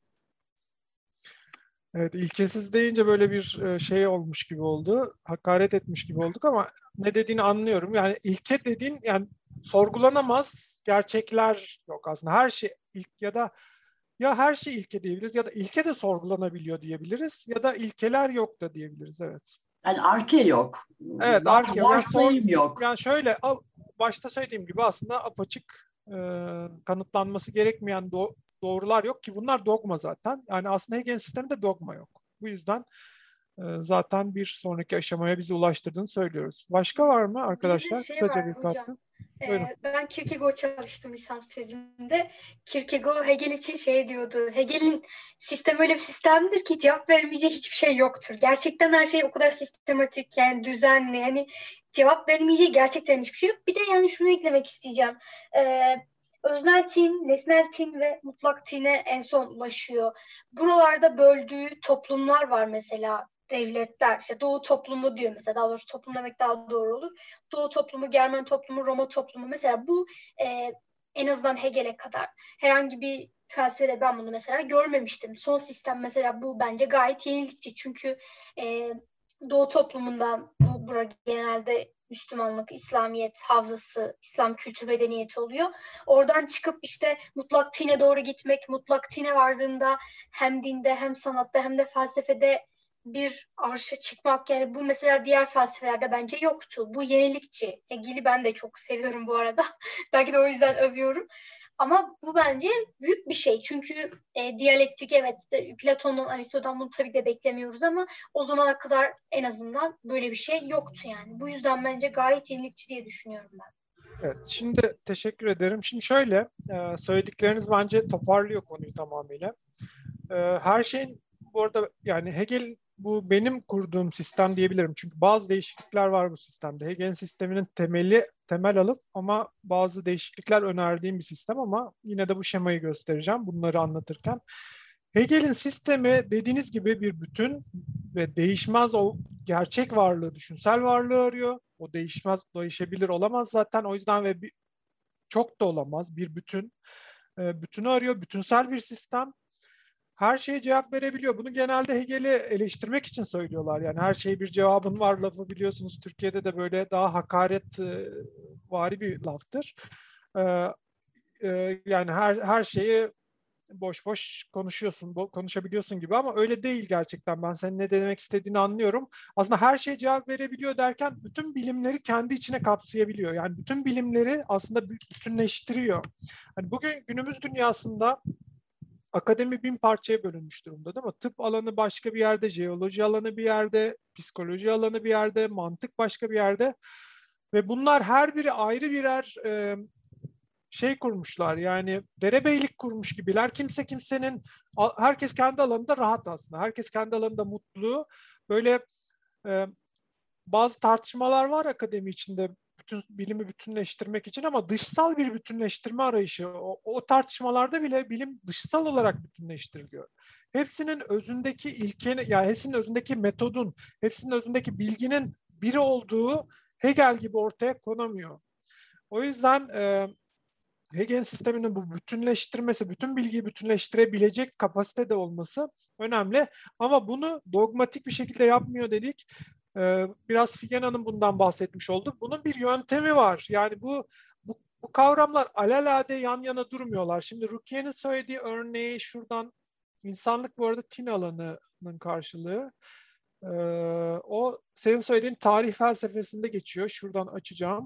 Evet, ilkesiz deyince böyle bir şey olmuş gibi oldu. Hakaret etmiş gibi olduk ama ne dediğini anlıyorum. Yani ilke dediğin, yani sorgulanamaz gerçekler yok aslında. Her şey ilk ya her şey ilke diyebiliriz ya da ilke de sorgulanabiliyor diyebiliriz ya da ilkeler yok da diyebiliriz. Evet. Yani arke yok. Evet, arke. Varsayım yok. Yani şöyle başta söylediğim gibi aslında apaçık kanıtlanması gerekmeyen doğrular yok ki bunlar dogma zaten. Yani aslında Hegel'in sisteminde dogma yok. Bu yüzden zaten bir sonraki aşamaya bizi ulaştırdığını söylüyoruz. Başka var mı arkadaşlar? Bir Kısaca var bir katkı. Ben Kierkegaard çalıştım lisans tezimde. Kierkegaard Hegel için şey diyordu. Hegel'in sistemi öyle bir sistemdir ki cevap vermeyeceği hiçbir şey yoktur. Gerçekten her şey o kadar sistematik, yani düzenli. Yani cevap vermeyeceği gerçekten hiçbir şey yok. Bir de yani şunu eklemek isteyeceğim. Öznel tin, nesnel tin ve mutlak tine en son ulaşıyor. Buralarda böldüğü toplumlar var mesela. Devletler, işte Doğu toplumu diyor mesela, daha doğrusu toplum demek daha doğru olur. Doğu toplumu, Germen toplumu, Roma toplumu, mesela bu en azından Hegel'e kadar herhangi bir felsefede ben bunu mesela görmemiştim. Son sistem mesela bu bence gayet yenilikçi, çünkü Doğu toplumundan bura genelde Müslümanlık, İslamiyet havzası, İslam kültür medeniyeti oluyor. Oradan çıkıp işte mutlak tine doğru gitmek, mutlak tine vardığında hem dinde hem sanatta hem de felsefede bir arşa çıkmak, yani bu mesela diğer felsefelerde bence yoktu. Bu yenilikçi. Hegel'i ben de çok seviyorum bu arada. Belki de o yüzden övüyorum. Ama bu bence büyük bir şey. Çünkü diyalektik, evet, Platon'dan, Aristo'dan bunu tabii de beklemiyoruz ama o zamana kadar en azından böyle bir şey yoktu yani. Bu yüzden bence gayet yenilikçi diye düşünüyorum ben. Evet, şimdi teşekkür ederim. Şimdi şöyle, söyledikleriniz bence toparlıyor konuyu tamamıyla. Her şeyin, bu arada yani Hegel, bu benim kurduğum sistem diyebilirim. Çünkü bazı değişiklikler var bu sistemde. Hegel'in sisteminin temel alıp ama bazı değişiklikler önerdiğim bir sistem, ama yine de bu şemayı göstereceğim bunları anlatırken. Hegel'in sistemi dediğiniz gibi bir bütün ve değişmez o gerçek varlığı, düşünsel varlığı arıyor. O değişmez, değişebilir olamaz zaten. O yüzden ve çok da olamaz, bir bütün. Bütünü arıyor, bütünsel bir sistem. Her şeye cevap verebiliyor. Bunu genelde Hegel'i eleştirmek için söylüyorlar. Yani her şeye bir cevabın var lafı, biliyorsunuz Türkiye'de de böyle daha hakaret vari bir laftır. Yani her şeyi boş boş konuşabiliyorsun gibi, ama öyle değil gerçekten. Ben senin ne demek istediğini anlıyorum. Aslında her şeye cevap verebiliyor derken bütün bilimleri kendi içine kapsayabiliyor. Yani bütün bilimleri aslında bütünleştiriyor. Hani bugün günümüz dünyasında akademi bin parçaya bölünmüş durumda, değil mi? Tıp alanı başka bir yerde, jeoloji alanı bir yerde, psikoloji alanı bir yerde, mantık başka bir yerde. Ve bunlar her biri ayrı birer şey kurmuşlar, yani derebeylik kurmuş gibiler. Herkes kendi alanında rahat aslında. Herkes kendi alanında mutlu. Böyle bazı tartışmalar var akademi içinde bütün bilimi bütünleştirmek için, ama dışsal bir bütünleştirme arayışı. O tartışmalarda bile bilim dışsal olarak bütünleştiriliyor. Hepsinin özündeki ilkenin, yani hepsinin özündeki metodun, hepsinin özündeki bilginin biri olduğu Hegel gibi ortaya konamıyor. O yüzden Hegel'in sisteminin bu bütünleştirmesi, bütün bilgiyi bütünleştirebilecek kapasitede olması önemli. Ama bunu dogmatik bir şekilde yapmıyor dedik. Biraz Figen Hanım bundan bahsetmiş oldu. Bunun bir yöntemi var. Yani bu kavramlar alelade yan yana durmuyorlar. Şimdi Rukiye'nin söylediği örneği şuradan, insanlık bu arada tin alanının karşılığı. O senin söylediğin tarih felsefesinde geçiyor. Şuradan açacağım.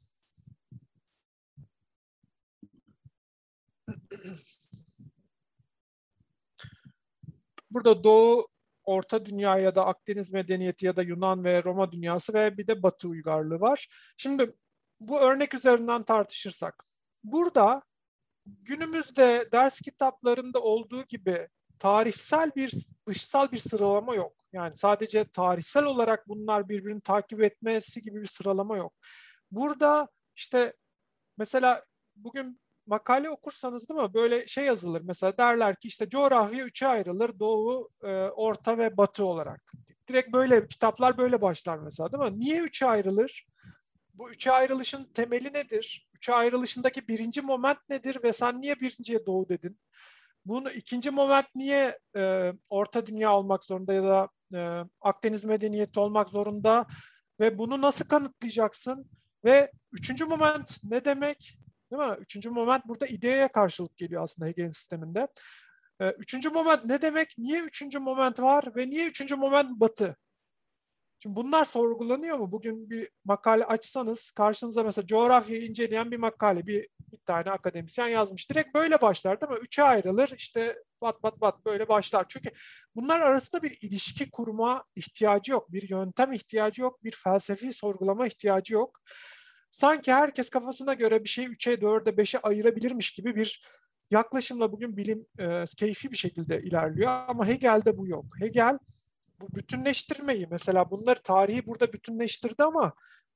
Burada Doğu, Orta Dünya ya da Akdeniz medeniyeti ya da Yunan ve Roma dünyası ve bir de Batı uygarlığı var. Şimdi bu örnek üzerinden tartışırsak, burada günümüzde ders kitaplarında olduğu gibi tarihsel dışsal bir sıralama yok. Yani sadece tarihsel olarak bunlar birbirini takip etmesi gibi bir sıralama yok. Burada işte mesela bugün makale okursanız, değil mi? Böyle şey yazılır. Mesela derler ki işte coğrafya 3'e ayrılır. Doğu, Orta ve Batı olarak. Direkt böyle kitaplar böyle başlar mesela, değil mi? Niye 3'e ayrılır? Bu 3'e ayrılışın temeli nedir? 3'e ayrılışındaki birinci moment nedir? Ve sen niye birinciye Doğu dedin? Bunu ikinci moment niye Orta Dünya olmak zorunda ya da Akdeniz medeniyeti olmak zorunda? Ve bunu nasıl kanıtlayacaksın? Ve üçüncü moment ne demek? Değil mi? Üçüncü moment burada ideyaya karşılık geliyor aslında Hegel'in sisteminde. Üçüncü moment ne demek? Niye üçüncü moment var? Ve niye üçüncü moment Batı? Şimdi bunlar sorgulanıyor mu? Bugün bir makale açsanız karşınıza mesela coğrafyayı inceleyen bir makale, bir tane akademisyen yazmış. Direkt böyle başlar, değil mi? 3'e ayrılır, işte bat böyle başlar. Çünkü bunlar arasında bir ilişki kurma ihtiyacı yok. Bir yöntem ihtiyacı yok. Bir felsefi sorgulama ihtiyacı yok. Sanki herkes kafasına göre bir şeyi 3'e, 4'e, 5'e ayırabilirmiş gibi bir yaklaşımla bugün bilim keyfi bir şekilde ilerliyor. Ama Hegel'de bu yok. Hegel bu bütünleştirmeyi, mesela bunları, tarihi burada bütünleştirdi ama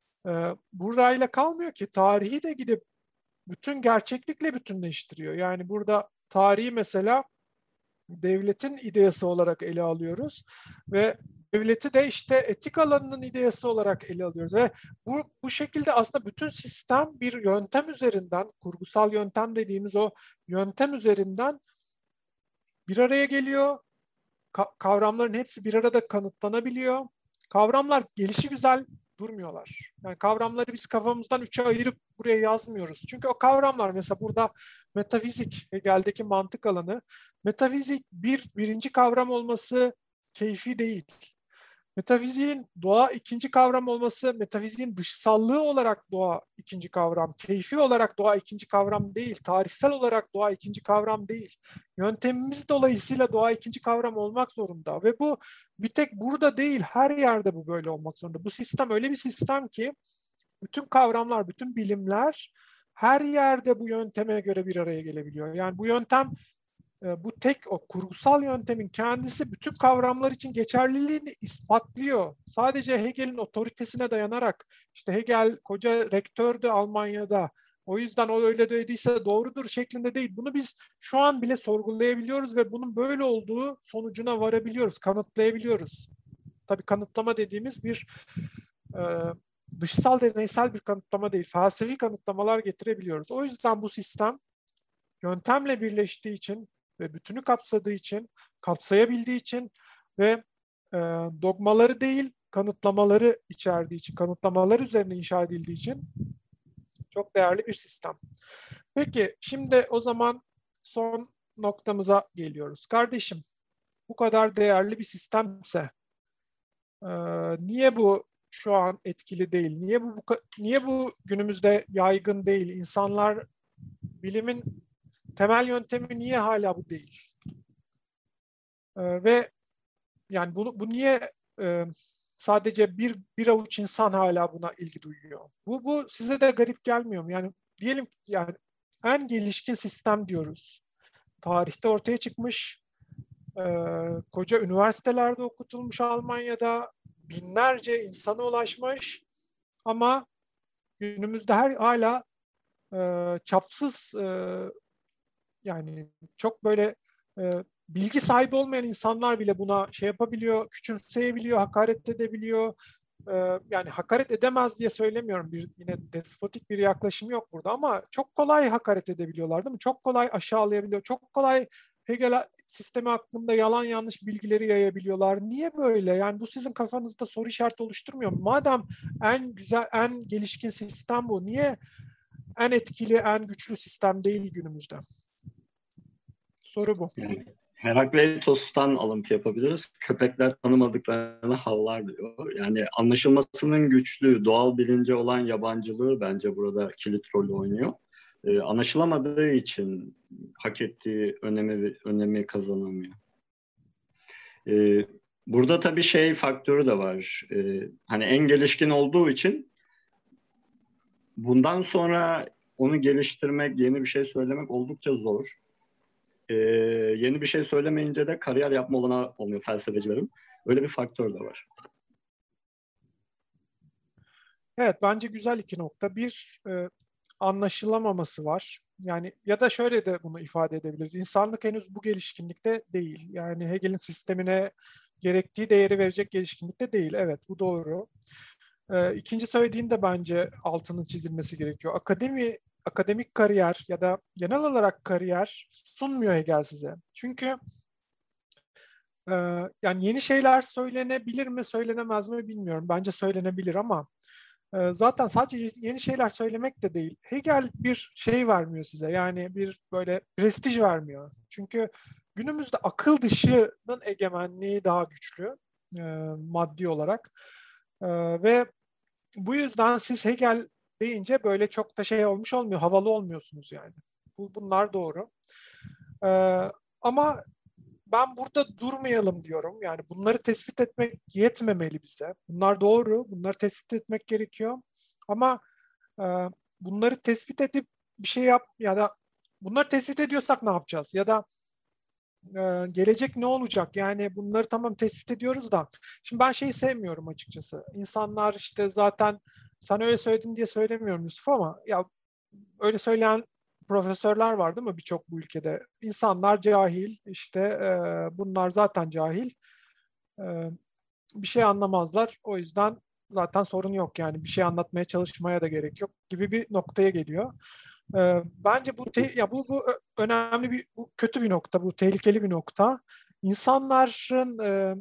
burayla kalmıyor ki. Tarihi de gidip bütün gerçeklikle bütünleştiriyor. Yani burada tarihi mesela devletin ideyası olarak ele alıyoruz ve devleti de işte etik alanının ideyası olarak ele alıyoruz ve bu şekilde aslında bütün sistem bir yöntem üzerinden, kurgusal yöntem dediğimiz o yöntem üzerinden bir araya geliyor. Kavramların hepsi bir arada kanıtlanabiliyor. Kavramlar gelişigüzel durmuyorlar. Yani kavramları biz kafamızdan 3'e ayırıp buraya yazmıyoruz. Çünkü o kavramlar, mesela burada metafizik, Hegel'deki mantık alanı, metafizik birinci kavram olması keyfi değil. Metafiziğin doğa ikinci kavram olması, metafiziğin dışsallığı olarak doğa ikinci kavram, keyfi olarak doğa ikinci kavram değil, tarihsel olarak doğa ikinci kavram değil. Yöntemimiz dolayısıyla doğa ikinci kavram olmak zorunda ve bu bir tek burada değil, her yerde bu böyle olmak zorunda. Bu sistem öyle bir sistem ki bütün kavramlar, bütün bilimler her yerde bu yönteme göre bir araya gelebiliyor. Yani bu yöntem, bu tek o kurgusal yöntemin kendisi bütün kavramlar için geçerliliğini ispatlıyor. Sadece Hegel'in otoritesine dayanarak, işte Hegel koca rektördü Almanya'da, o yüzden o öyle dediyse doğrudur şeklinde değil. Bunu biz şu an bile sorgulayabiliyoruz ve bunun böyle olduğu sonucuna varabiliyoruz, kanıtlayabiliyoruz. Tabii kanıtlama dediğimiz bir dışsal, deneysel bir kanıtlama değil, felsefi kanıtlamalar getirebiliyoruz. O yüzden bu sistem yöntemle birleştiği için ve bütünü kapsadığı için, kapsayabildiği için ve dogmaları değil, kanıtlamaları içerdiği için, kanıtlamalar üzerine inşa edildiği için çok değerli bir sistem. Peki, şimdi o zaman son noktamıza geliyoruz. Kardeşim, bu kadar değerli bir sistemse niye bu şu an etkili değil? Niye bu günümüzde yaygın değil? İnsanlar, bilimin temel yöntemi niye hala bu değil? Ve yani bu niye sadece bir avuç insan hala buna ilgi duyuyor? Bu size de garip gelmiyor mu? Yani diyelim ki, yani en gelişkin sistem diyoruz. Tarihte ortaya çıkmış, koca üniversitelerde okutulmuş Almanya'da, binlerce insana ulaşmış ama günümüzde hala çapsız, yani çok böyle bilgi sahibi olmayan insanlar bile buna şey yapabiliyor, küçümseyebiliyor, hakaret edebiliyor. Yani hakaret edemez diye söylemiyorum. Yine despotik bir yaklaşım yok burada ama çok kolay hakaret edebiliyorlar, değil mi? Çok kolay aşağılayabiliyor. Çok kolay Hegel sistemi hakkında yalan yanlış bilgileri yayabiliyorlar. Niye böyle? Yani bu sizin kafanızda soru işareti oluşturmuyor mu? Madem en güzel, en gelişkin sistem bu, niye en etkili, en güçlü sistem değil günümüzde? Soru bu. Yani Herakleitos'tan alıntı yapabiliriz. Köpekler tanımadıklarını havlar diyor. Yani anlaşılmasının güçlü, doğal bilince olan yabancılığı bence burada kilit rolü oynuyor. Anlaşılamadığı için hak ettiği önemi kazanamıyor. Burada tabii şey faktörü de var. Hani en gelişkin olduğu için bundan sonra onu geliştirmek, yeni bir şey söylemek oldukça zor. Yeni bir şey söylemeyince de kariyer yapma olanağı olmuyor felsefecilerin. Öyle bir faktör de var. Evet, bence güzel iki nokta. Bir, anlaşılamaması var. Yani ya da şöyle de bunu ifade edebiliriz. İnsanlık henüz bu gelişkinlikte değil. Yani Hegel'in sistemine gerektiği değeri verecek gelişkinlikte değil. Evet, bu doğru. İkinci söylediğin de bence altının çizilmesi gerekiyor. Akademik kariyer ya da genel olarak kariyer sunmuyor Hegel size. Çünkü yani yeni şeyler söylenebilir mi, söylenemez mi bilmiyorum. Bence söylenebilir ama zaten sadece yeni şeyler söylemek de değil. Hegel bir şey vermiyor size. Yani bir böyle prestij vermiyor. Çünkü günümüzde akıl dışının egemenliği daha güçlü maddi olarak. Ve bu yüzden siz Hegel deyince böyle çok da şey olmuş olmuyor, havalı olmuyorsunuz yani. Bunlar doğru. Ama ben burada durmayalım diyorum. Yani bunları tespit etmek yetmemeli bize. Bunlar doğru, bunları tespit etmek gerekiyor. Ama bunları tespit edip bir şey yap ya da bunları tespit ediyorsak ne yapacağız? Ya da gelecek ne olacak? Yani bunları tamam tespit ediyoruz da. Şimdi ben şeyi sevmiyorum açıkçası. İnsanlar işte zaten sen öyle söyledin diye söylemiyorum Yusuf ama ya öyle söyleyen profesörler var değil mi birçok bu ülkede? İnsanlar cahil, işte bunlar zaten cahil. Bir şey anlamazlar. O yüzden zaten sorun yok yani bir şey anlatmaya çalışmaya da gerek yok gibi bir noktaya geliyor. Bence bu bu önemli bu kötü bir nokta, bu tehlikeli bir nokta. İnsanların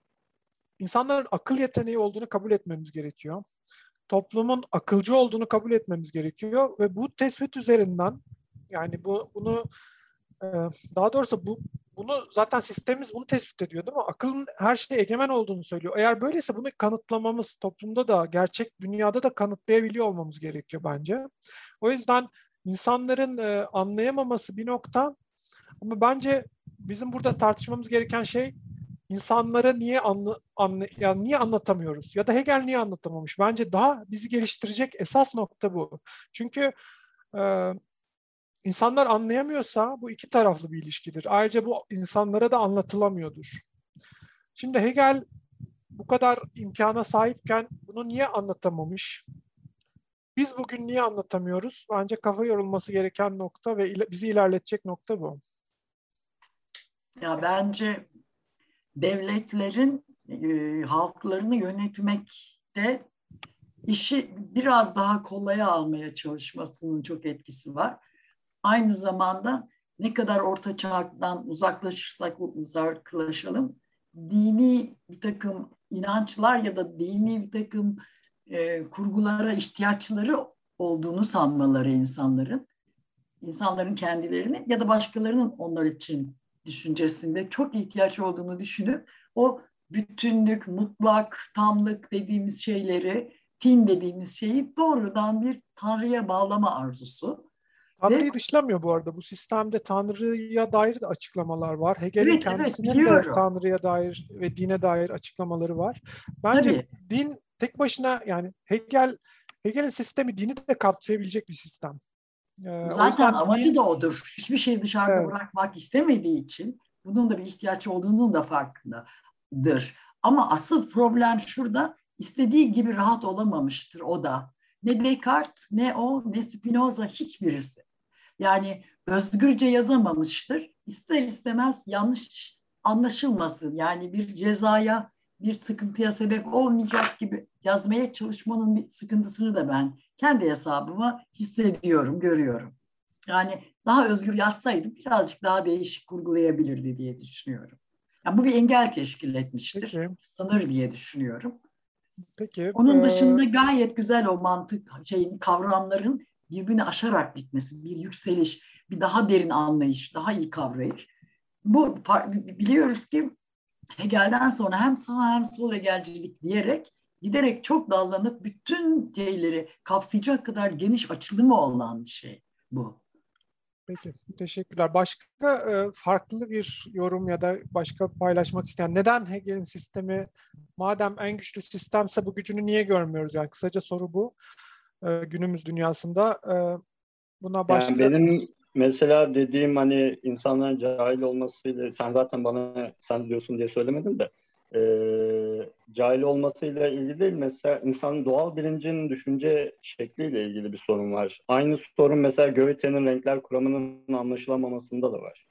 akıl yeteneği olduğunu kabul etmemiz gerekiyor. Toplumun akılcı olduğunu kabul etmemiz gerekiyor ve bu tespit üzerinden yani bunu daha doğrusu bunu zaten sistemimiz bunu tespit ediyor değil mi? Akılın her şeye egemen olduğunu söylüyor. Eğer böyleyse bunu kanıtlamamız toplumda da gerçek dünyada da kanıtlayabiliyor olmamız gerekiyor bence. O yüzden insanların anlayamaması bir nokta ama bence bizim burada tartışmamız gereken şey insanlara niye yani niye anlatamıyoruz? Ya da Hegel niye anlatamamış? Bence daha bizi geliştirecek esas nokta bu. Çünkü insanlar anlayamıyorsa bu iki taraflı bir ilişkidir. Ayrıca bu insanlara da anlatılamıyordur. Şimdi Hegel bu kadar imkana sahipken bunu niye anlatamamış? Biz bugün niye anlatamıyoruz? Bence kafa yorulması gereken nokta ve bizi ilerletecek nokta bu. Ya bence devletlerin halklarını yönetmekte işi biraz daha kolaya almaya çalışmasının çok etkisi var. Aynı zamanda ne kadar orta çağdan uzaklaşırsak uzaklaşalım, dini bir takım inançlar ya da dini bir takım kurgulara ihtiyaçları olduğunu sanmaları insanların kendilerini ya da başkalarının onlar için düşüncesinde çok ihtiyaç olduğunu düşünüp o bütünlük, mutlak, tamlık dediğimiz şeyleri, tin dediğimiz şeyi doğrudan bir Tanrı'ya bağlama arzusu. Tanrı'yı dışlamıyor bu arada. Bu sistemde Tanrı'ya dair de açıklama var. Hegel'in kendisinin de Tanrı'ya dair ve dine dair açıklamaları var. Bence din tek başına yani Hegel'in sistemi dini de kapsayabilecek bir sistem. Zaten amacı da odur. Hiçbir şeyi dışarıda bırakmak istemediği için bunun da bir ihtiyaç olduğunun da farkındadır. Ama asıl problem şurada, istediği gibi rahat olamamıştır o da. Ne Descartes, ne o, ne Spinoza, hiçbirisi. Yani özgürce yazamamıştır. İster istemez yanlış anlaşılmasın. Yani bir cezaya, bir sıkıntıya sebep olmayacak gibi yazmaya çalışmanın bir sıkıntısını da ben kendi hesabıma hissediyorum, görüyorum. Yani daha özgür yazsaydım birazcık daha değişik kurgulayabilirdi diye düşünüyorum. Yani bu bir engel teşkil etmiştir. Peki. Sınır diye düşünüyorum. Peki. Onun dışında gayet güzel o mantık kavramların birbirini aşarak bitmesi, bir yükseliş, bir daha derin anlayış, daha iyi kavrayış. Bu biliyoruz ki Hegel'den sonra hem sağ hem sol Hegelcilik diyerek giderek çok dallanıp bütün şeyleri kapsayacak kadar geniş açılımı olan bir şey bu. Peki, teşekkürler. Başka farklı bir yorum ya da başka paylaşmak isteyen, neden Hegel'in sistemi, madem en güçlü sistemse bu gücünü niye görmüyoruz? Yani kısaca soru bu. Günümüz dünyasında buna başka... Yani benim mesela dediğim hani insanların cahil olmasıyla, sen zaten bana sen diyorsun diye söylemedin de cahil olmasıyla ilgili değil. Mesela insanın doğal bilincinin düşünce şekliyle ilgili bir sorun var. Aynı sorun mesela Goethe'nin renkler kuramının anlaşılamamasında da var.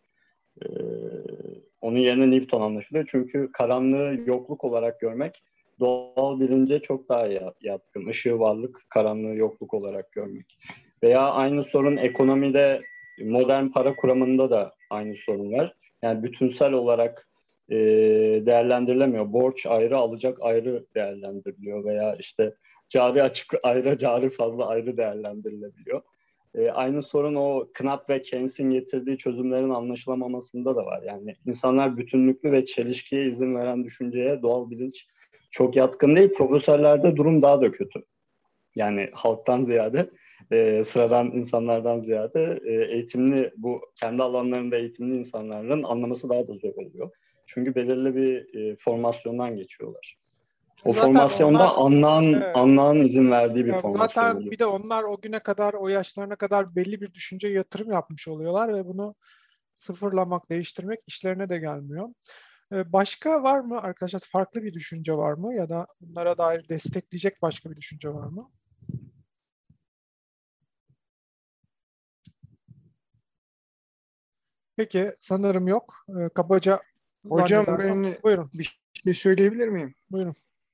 Onun yerine Newton anlaşılıyor. Çünkü karanlığı yokluk olarak görmek doğal bilince çok daha yatkın. Işığı varlık, karanlığı yokluk olarak görmek. Veya aynı sorun ekonomide, modern para kuramında da aynı sorun var. Yani bütünsel olarak değerlendirilemiyor. Borç ayrı, alacak ayrı değerlendiriliyor. Veya işte cari açık ayrı, cari fazla ayrı değerlendirilebiliyor. Aynı sorun o Knapp ve Keynes'in getirdiği çözümlerin anlaşılamamasında da var. Yani insanlar bütünlüklü ve çelişkiye izin veren düşünceye doğal bilinç çok yatkın değil. Profesörlerde durum daha da kötü. Yani halktan ziyade, sıradan insanlardan ziyade eğitimli, bu kendi alanlarında eğitimli insanların anlaması daha da zor oluyor. Çünkü belirli bir formasyondan geçiyorlar. O zaten formasyonda onlar, anlağın izin verdiği bir formasyon zaten oluyor. bir de onlar o güne kadar, o yaşlarına kadar belli bir düşünceye yatırım yapmış oluyorlar ve bunu sıfırlamak, değiştirmek işlerine de gelmiyor. Başka var mı arkadaşlar? Farklı bir düşünce var mı? Ya da bunlara dair destekleyecek başka bir düşünce var mı? Peki, sanırım yok. Kabaca Hocam zannedersem. Buyurun. bir şey söyleyebilir miyim? Buyurun.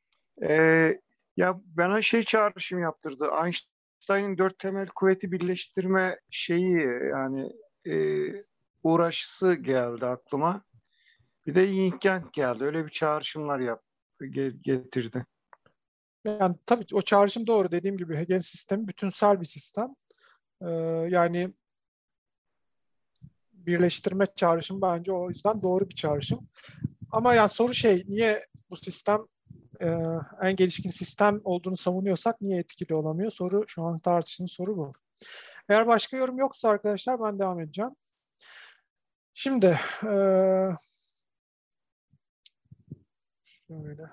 Ya bana çağrışım yaptırdı. Einstein'ın 4 temel kuvveti birleştirme şeyi, yani uğraşısı geldi aklıma. Bir de Yin Yang geldi. Öyle bir çağrışımlar getirdi. Yani tabii o çağrışım doğru. Dediğim gibi Hegel sistemi bütünsel bir sistem. Yani birleştirme çağrışım bence o yüzden doğru bir çağrışım. Ama yani soru niye bu sistem en gelişkin sistem olduğunu savunuyorsak niye etkili olamıyor? Şu an tartışılan soru bu. Eğer başka yorum yoksa arkadaşlar ben devam edeceğim. Şimdi şöyle.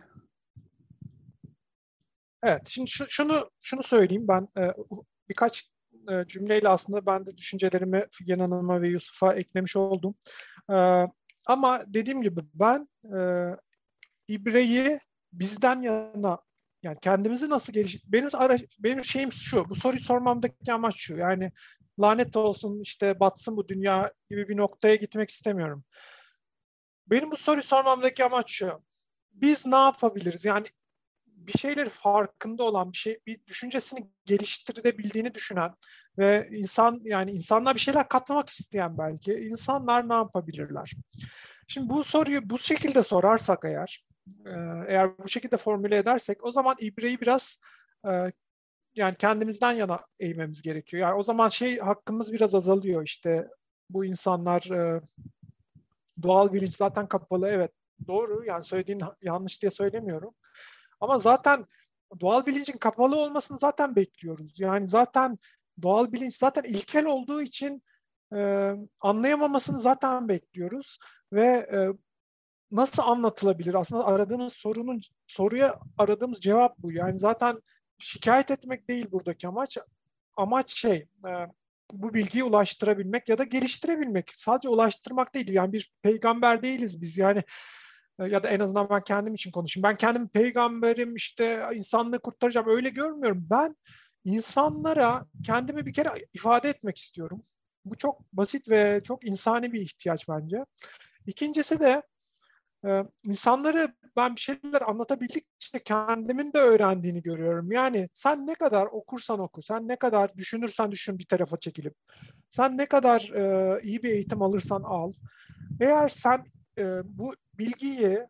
Evet, şimdi şunu söyleyeyim. Ben birkaç cümleyle aslında ben de düşüncelerimi Figen Hanım'a ve Yusuf'a eklemiş oldum. Ama dediğim gibi ben İbre'yi bizden yana, yani kendimizi nasıl benim şeyim şu, bu soruyu sormamdaki amaç şu, yani lanet olsun işte batsın bu dünya gibi bir noktaya gitmek istemiyorum. Benim bu soruyu sormamdaki amaç şu, biz ne yapabiliriz? Yani bir şeyleri farkında olan, bir düşüncesini geliştirebildiğini düşünen ve insanlar bir şeyler katlamak isteyen belki insanlar ne yapabilirler? Şimdi bu soruyu bu şekilde sorarsak eğer bu şekilde formüle edersek o zaman İbre'yi biraz yani kendimizden yana eğmemiz gerekiyor. Yani o zaman hakkımız biraz azalıyor. İşte bu insanlar doğal bilinç zaten kapalı. Evet, doğru. Yani söylediğin yanlış diye söylemiyorum. Ama zaten doğal bilincin kapalı olmasını zaten bekliyoruz. Yani zaten doğal bilinç zaten ilkel olduğu için anlayamamasını zaten bekliyoruz. Ve nasıl anlatılabilir? Aslında soruya aradığımız cevap bu. Yani zaten şikayet etmek değil buradaki amaç. Amaç bu bilgiyi ulaştırabilmek ya da geliştirebilmek. Sadece ulaştırmak değil. Yani bir peygamber değiliz biz. Yani ya da en azından ben kendim için konuşayım. Ben kendim peygamberim, işte insanlığı kurtaracağım, öyle görmüyorum. Ben insanlara kendimi bir kere ifade etmek istiyorum. Bu çok basit ve çok insani bir ihtiyaç bence. İkincisi de insanları ben bir şeyler anlatabildikçe kendimin de öğrendiğini görüyorum. Yani sen ne kadar okursan oku, sen ne kadar düşünürsen düşün bir tarafa çekilip, sen ne kadar iyi bir eğitim alırsan al. Eğer sen bu bilgiyi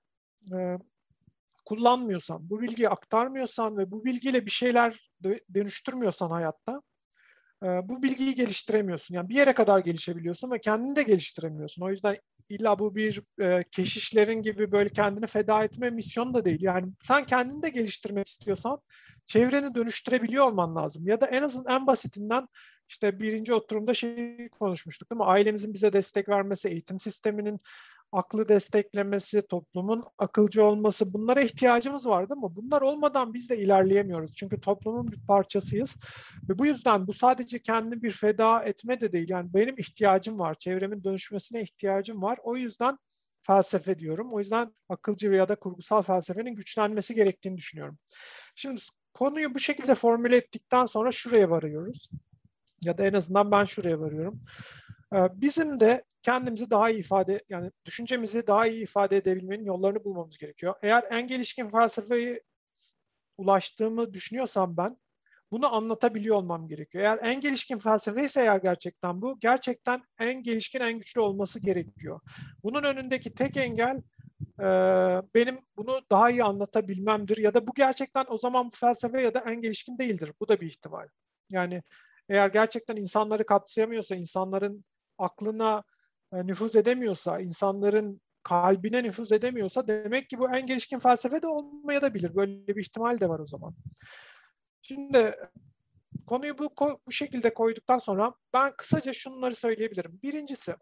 kullanmıyorsan, bu bilgiyi aktarmıyorsan ve bu bilgiyle bir şeyler dönüştürmüyorsan hayatta, bu bilgiyi geliştiremiyorsun. Yani bir yere kadar gelişebiliyorsun ve kendini de geliştiremiyorsun. O yüzden illa bu bir keşişlerin gibi böyle kendini feda etme misyonu da değil. Yani sen kendini de geliştirmek istiyorsan çevreni dönüştürebiliyor olman lazım. Ya da en azından en basitinden işte birinci oturumda konuşmuştuk değil mi? Ailemizin bize destek vermesi, eğitim sisteminin aklı desteklemesi, toplumun akılcı olması, bunlara ihtiyacımız var değil mi? Bunlar olmadan biz de ilerleyemiyoruz. Çünkü toplumun bir parçasıyız. Ve bu yüzden bu sadece kendini bir feda etme de değil. Yani benim ihtiyacım var, çevremin dönüşmesine ihtiyacım var. O yüzden felsefe diyorum. O yüzden akılcı ya da kurgusal felsefenin güçlenmesi gerektiğini düşünüyorum. Şimdi konuyu bu şekilde formüle ettikten sonra şuraya varıyoruz. Ya da en azından ben şuraya varıyorum. Bizim de kendimizi daha iyi ifade, yani düşüncemizi daha iyi ifade edebilmenin yollarını bulmamız gerekiyor. Eğer en gelişkin felsefeyi ulaştığımı düşünüyorsam ben, bunu anlatabiliyor olmam gerekiyor. Eğer en gelişkin felsefe ise eğer gerçekten bu, gerçekten en gelişkin, en güçlü olması gerekiyor. Bunun önündeki tek engel benim bunu daha iyi anlatabilmemdir ya da bu gerçekten o zaman bu felsefe ya da en gelişkin değildir. Bu da bir ihtimal. Yani eğer gerçekten insanları kapsayamıyorsa, insanların aklına nüfuz edemiyorsa, insanların kalbine nüfuz edemiyorsa demek ki bu en gelişkin felsefe de olmayabilir. Böyle bir ihtimal de var o zaman. Şimdi konuyu bu şekilde koyduktan sonra ben kısaca şunları söyleyebilirim. Birincisi,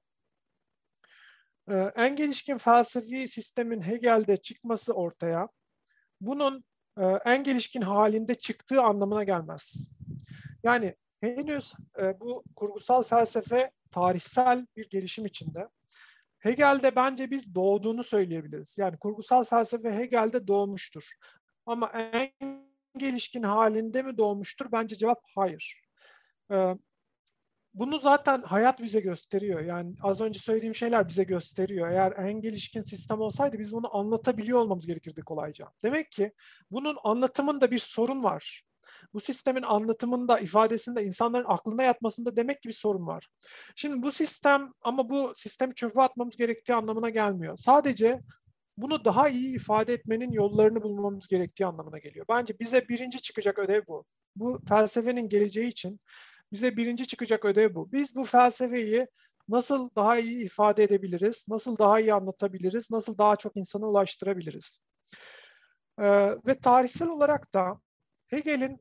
en gelişkin felsefi sistemin Hegel'de çıkması ortaya, bunun en gelişkin halinde çıktığı anlamına gelmez. Yani henüz bu kurgusal felsefe tarihsel bir gelişim içinde. Hegel'de bence biz doğduğunu söyleyebiliriz. Yani kurgusal felsefe Hegel'de doğmuştur. Ama en gelişkin halinde mi doğmuştur? Bence cevap hayır. Bunu zaten hayat bize gösteriyor. Yani az önce söylediğim şeyler bize gösteriyor. Eğer en gelişkin sistem olsaydı biz bunu anlatabiliyor olmamız gerekirdi kolayca. Demek ki bunun anlatımında bir sorun var. Bu sistemin anlatımında, ifadesinde, insanların aklına yatmasında demek ki bir sorun var. Şimdi bu sistem, ama bu sistemi çöpe atmamız gerektiği anlamına gelmiyor. Sadece bunu daha iyi ifade etmenin yollarını bulmamız gerektiği anlamına geliyor. Bence bize birinci çıkacak ödev bu. Bu felsefenin geleceği için bize birinci çıkacak ödev bu. Biz bu felsefeyi nasıl daha iyi ifade edebiliriz, nasıl daha iyi anlatabiliriz, nasıl daha çok insana ulaştırabiliriz. Ve tarihsel olarak da Hegel'in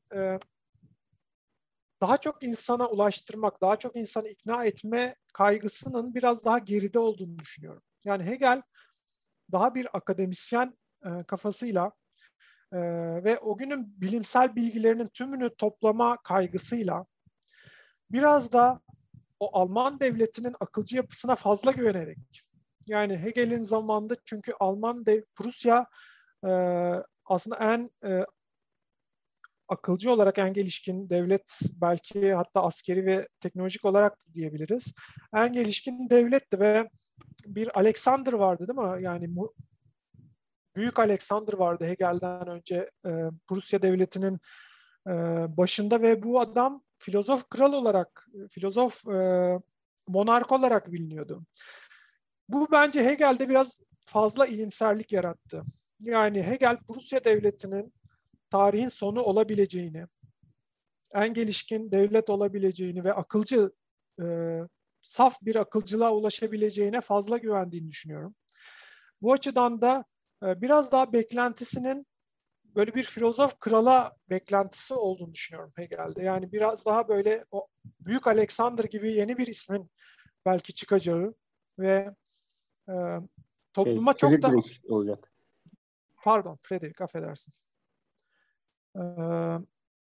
daha çok insana ulaştırmak, daha çok insanı ikna etme kaygısının biraz daha geride olduğunu düşünüyorum. Yani Hegel daha bir akademisyen kafasıyla ve o günün bilimsel bilgilerinin tümünü toplama kaygısıyla biraz da o Alman devletinin akılcı yapısına fazla güvenerek, yani Hegel'in zamanında, çünkü Prusya aslında en akılcı olarak en gelişkin devlet, belki hatta askeri ve teknolojik olarak da diyebiliriz. En gelişkin devletti ve bir Alexander vardı değil mi? Yani Büyük Alexander vardı Hegel'den önce Prusya devletinin başında ve bu adam filozof kral olarak, filozof monark olarak biliniyordu. Bu bence Hegel'de biraz fazla iyimserlik yarattı. Yani Hegel Prusya devletinin tarihin sonu olabileceğini, en gelişkin devlet olabileceğini ve akılcı, saf bir akılcılığa ulaşabileceğine fazla güvendiğini düşünüyorum. Bu açıdan da biraz daha beklentisinin böyle bir filozof krala beklentisi olduğunu düşünüyorum Hegel'de. Yani biraz daha böyle o Büyük Alexander gibi yeni bir ismin belki çıkacağı ve topluma çok da... olacak. Pardon, Frederick, affedersin.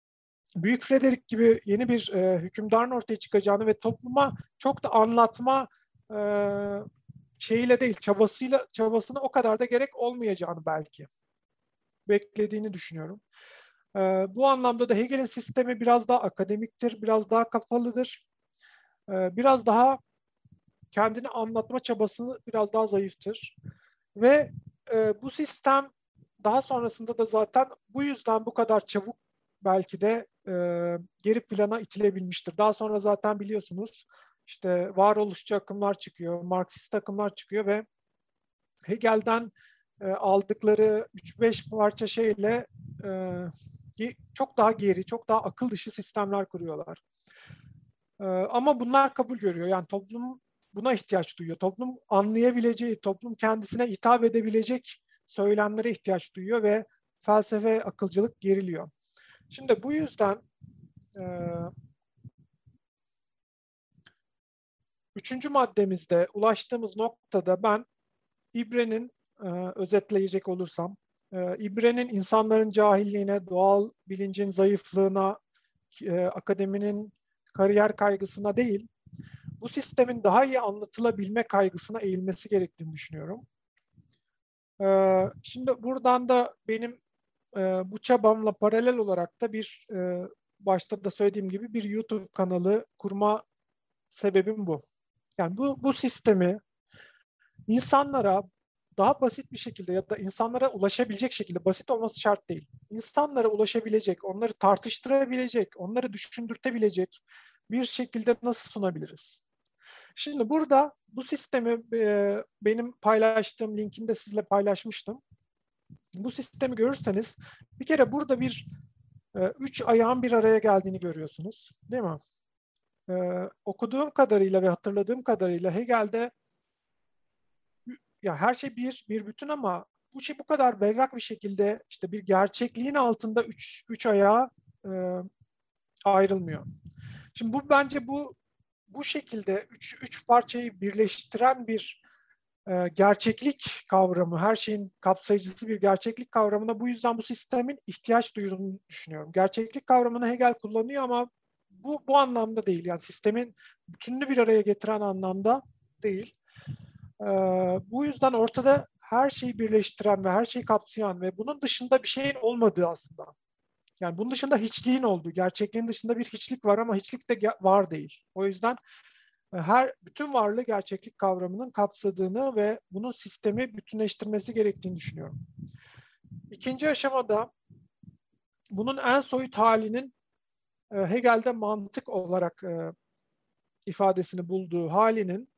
Büyük Frederick gibi yeni bir hükümdarın ortaya çıkacağını ve topluma çok da anlatma şeyiyle değil, çabasına o kadar da gerek olmayacağını belki beklediğini düşünüyorum. Bu anlamda da Hegel'in sistemi biraz daha akademiktir, biraz daha kapalıdır, biraz daha kendini anlatma çabası biraz daha zayıftır. Ve bu sistem daha sonrasında da zaten bu yüzden bu kadar çabuk belki de geri plana itilebilmiştir. Daha sonra zaten biliyorsunuz işte varoluşçu akımlar çıkıyor, Marksist akımlar çıkıyor ve Hegel'den aldıkları 3-5 parça şeyle çok daha geri, çok daha akıl dışı sistemler kuruyorlar. Ama bunlar kabul görüyor. Yani toplum buna ihtiyaç duyuyor. Toplum anlayabileceği, toplum kendisine hitap edebilecek söylemlere ihtiyaç duyuyor ve felsefe, akılcılık geriliyor. Şimdi bu yüzden üçüncü maddemizde ulaştığımız noktada ben İbre'nin özetleyecek olursam, İbre'nin insanların cahilliğine, doğal bilincin zayıflığına, akademinin kariyer kaygısına değil, bu sistemin daha iyi anlatılabilme kaygısına eğilmesi gerektiğini düşünüyorum. Şimdi buradan da benim bu çabamla paralel olarak da bir başta da söylediğim gibi bir YouTube kanalı kurma sebebim bu. Yani bu sistemi insanlara daha basit bir şekilde ya da insanlara ulaşabilecek şekilde, basit olması şart değil, İnsanlara ulaşabilecek, onları tartıştırabilecek, onları düşündürtebilecek bir şekilde nasıl sunabiliriz? Şimdi burada bu sistemi benim paylaştığım linkini de sizinle paylaşmıştım. Bu sistemi görürseniz bir kere burada üç ayağın bir araya geldiğini görüyorsunuz, değil mi? Okuduğum kadarıyla ve hatırladığım kadarıyla Hegel'de ya her şey bir bütün ama bu şey bu kadar berrak bir şekilde işte bir gerçekliğin altında üç ayağa ayrılmıyor. Şimdi bu bence bu şekilde üç parçayı birleştiren bir gerçeklik kavramı, her şeyin kapsayıcısı bir gerçeklik kavramına bu yüzden bu sistemin ihtiyaç duyduğunu düşünüyorum. Gerçeklik kavramını Hegel kullanıyor ama bu anlamda değil. Yani sistemin bütününü bir araya getiren anlamda değil. Bu yüzden ortada her şeyi birleştiren ve her şeyi kapsayan ve bunun dışında bir şeyin olmadığı aslında. Yani bunun dışında hiçliğin olduğu, gerçekliğin dışında bir hiçlik var ama hiçlik de var değil. O yüzden bütün varlığı gerçeklik kavramının kapsadığını ve bunun sistemi bütünleştirmesi gerektiğini düşünüyorum. İkinci aşamada bunun en soyut halinin Hegel'de mantık olarak ifadesini bulduğu halinin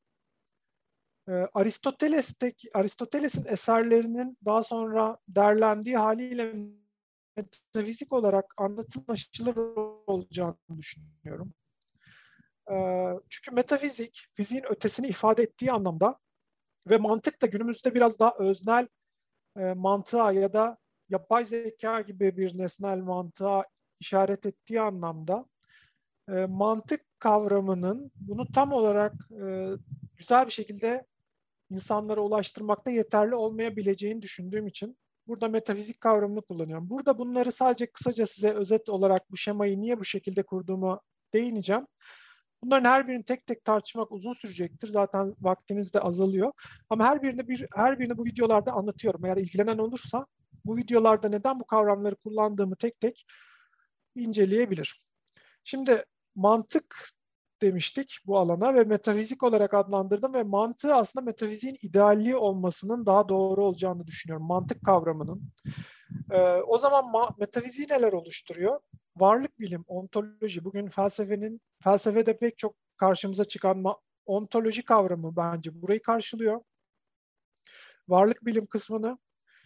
Aristoteles'in eserlerinin daha sonra derlendiği haliyle metafizik olarak anlatılır olacağını düşünüyorum. Çünkü metafizik, fiziğin ötesini ifade ettiği anlamda ve mantık da günümüzde biraz daha öznel mantığa ya da yapay zeka gibi bir nesnel mantığa işaret ettiği anlamda mantık kavramının bunu tam olarak güzel bir şekilde insanlara ulaştırmakta yeterli olmayabileceğini düşündüğüm için burada metafizik kavramını kullanıyorum. Burada bunları sadece kısaca size özet olarak bu şemayı niye bu şekilde kurduğumu değineceğim. Bunların her birini tek tek tartışmak uzun sürecektir. Zaten vaktimiz de azalıyor. Ama her birini bu videolarda anlatıyorum. Eğer ilgilenen olursa bu videolarda neden bu kavramları kullandığımı tek tek inceleyebilir. Şimdi mantık demiştik bu alana ve metafizik olarak adlandırdım ve mantığı aslında metafiziğin idealliği olmasının daha doğru olacağını düşünüyorum. Mantık kavramının. O zaman metafiziği neler oluşturuyor? Varlık bilim, ontoloji, bugün felsefede pek çok karşımıza çıkan ontoloji kavramı bence burayı karşılıyor. Varlık bilim kısmını.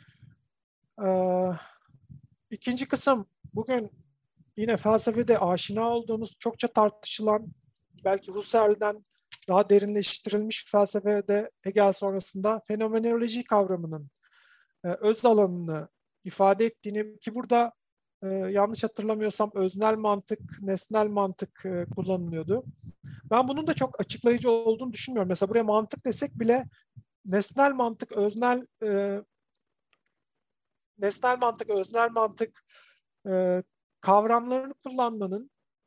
İkinci kısım bugün yine felsefede aşina olduğumuz, çokça tartışılan, belki Husserl'den daha derinleştirilmiş felsefede Hegel sonrasında fenomenoloji kavramının öz alanını ifade ettiğini ki burada yanlış hatırlamıyorsam öznel mantık, nesnel mantık kullanılıyordu. Ben bunun da çok açıklayıcı olduğunu düşünmüyorum. Mesela buraya mantık desek bile nesnel mantık, öznel mantık kavramlarını kullanmanın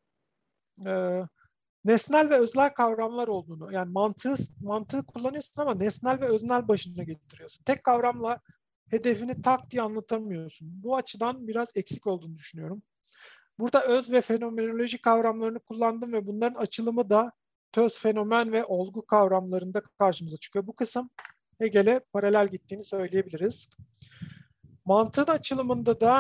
nesnel ve öznel kavramlar olduğunu, yani mantığı kullanıyorsun ama nesnel ve öznel başına getiriyorsun. Tek kavramla hedefini tak diye anlatamıyorsun. Bu açıdan biraz eksik olduğunu düşünüyorum. Burada öz ve fenomenoloji kavramlarını kullandım ve bunların açılımı da töz, fenomen ve olgu kavramlarında karşımıza çıkıyor. Bu kısım Hegel'e paralel gittiğini söyleyebiliriz. Mantığın açılımında da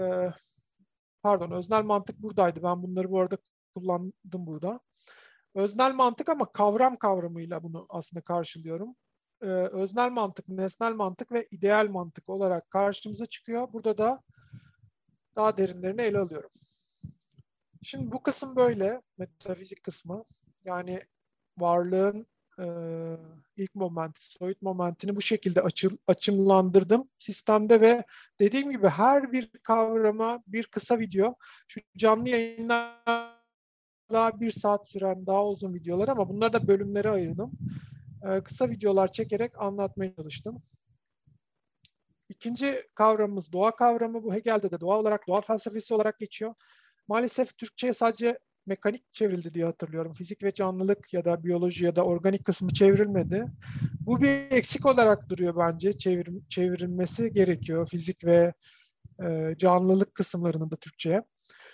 öznel mantık buradaydı. Ben bunları bu arada kullandım burada. Öznel mantık ama kavram kavramıyla bunu aslında karşılıyorum. Öznel mantık, nesnel mantık ve ideal mantık olarak karşımıza çıkıyor. Burada da daha derinlerini ele alıyorum. Şimdi bu kısım böyle, metafizik kısmı. Yani varlığın ilk momenti, soyut momentini bu şekilde açımlandırdım sistemde ve dediğim gibi her bir kavrama bir kısa video. Şu canlı yayınlar daha 1 saat süren daha uzun videolar ama bunları da bölümlere ayırdım. Kısa videolar çekerek anlatmaya çalıştım. İkinci kavramımız doğa kavramı. Bu Hegel'de de doğa olarak, doğa felsefesi olarak geçiyor. Maalesef Türkçe'ye sadece mekanik çevrildi diye hatırlıyorum. Fizik ve canlılık ya da biyoloji ya da organik kısmı çevrilmedi. Bu bir eksik olarak duruyor bence. Çevrilmesi gerekiyor fizik ve canlılık kısımlarının da Türkçe'ye.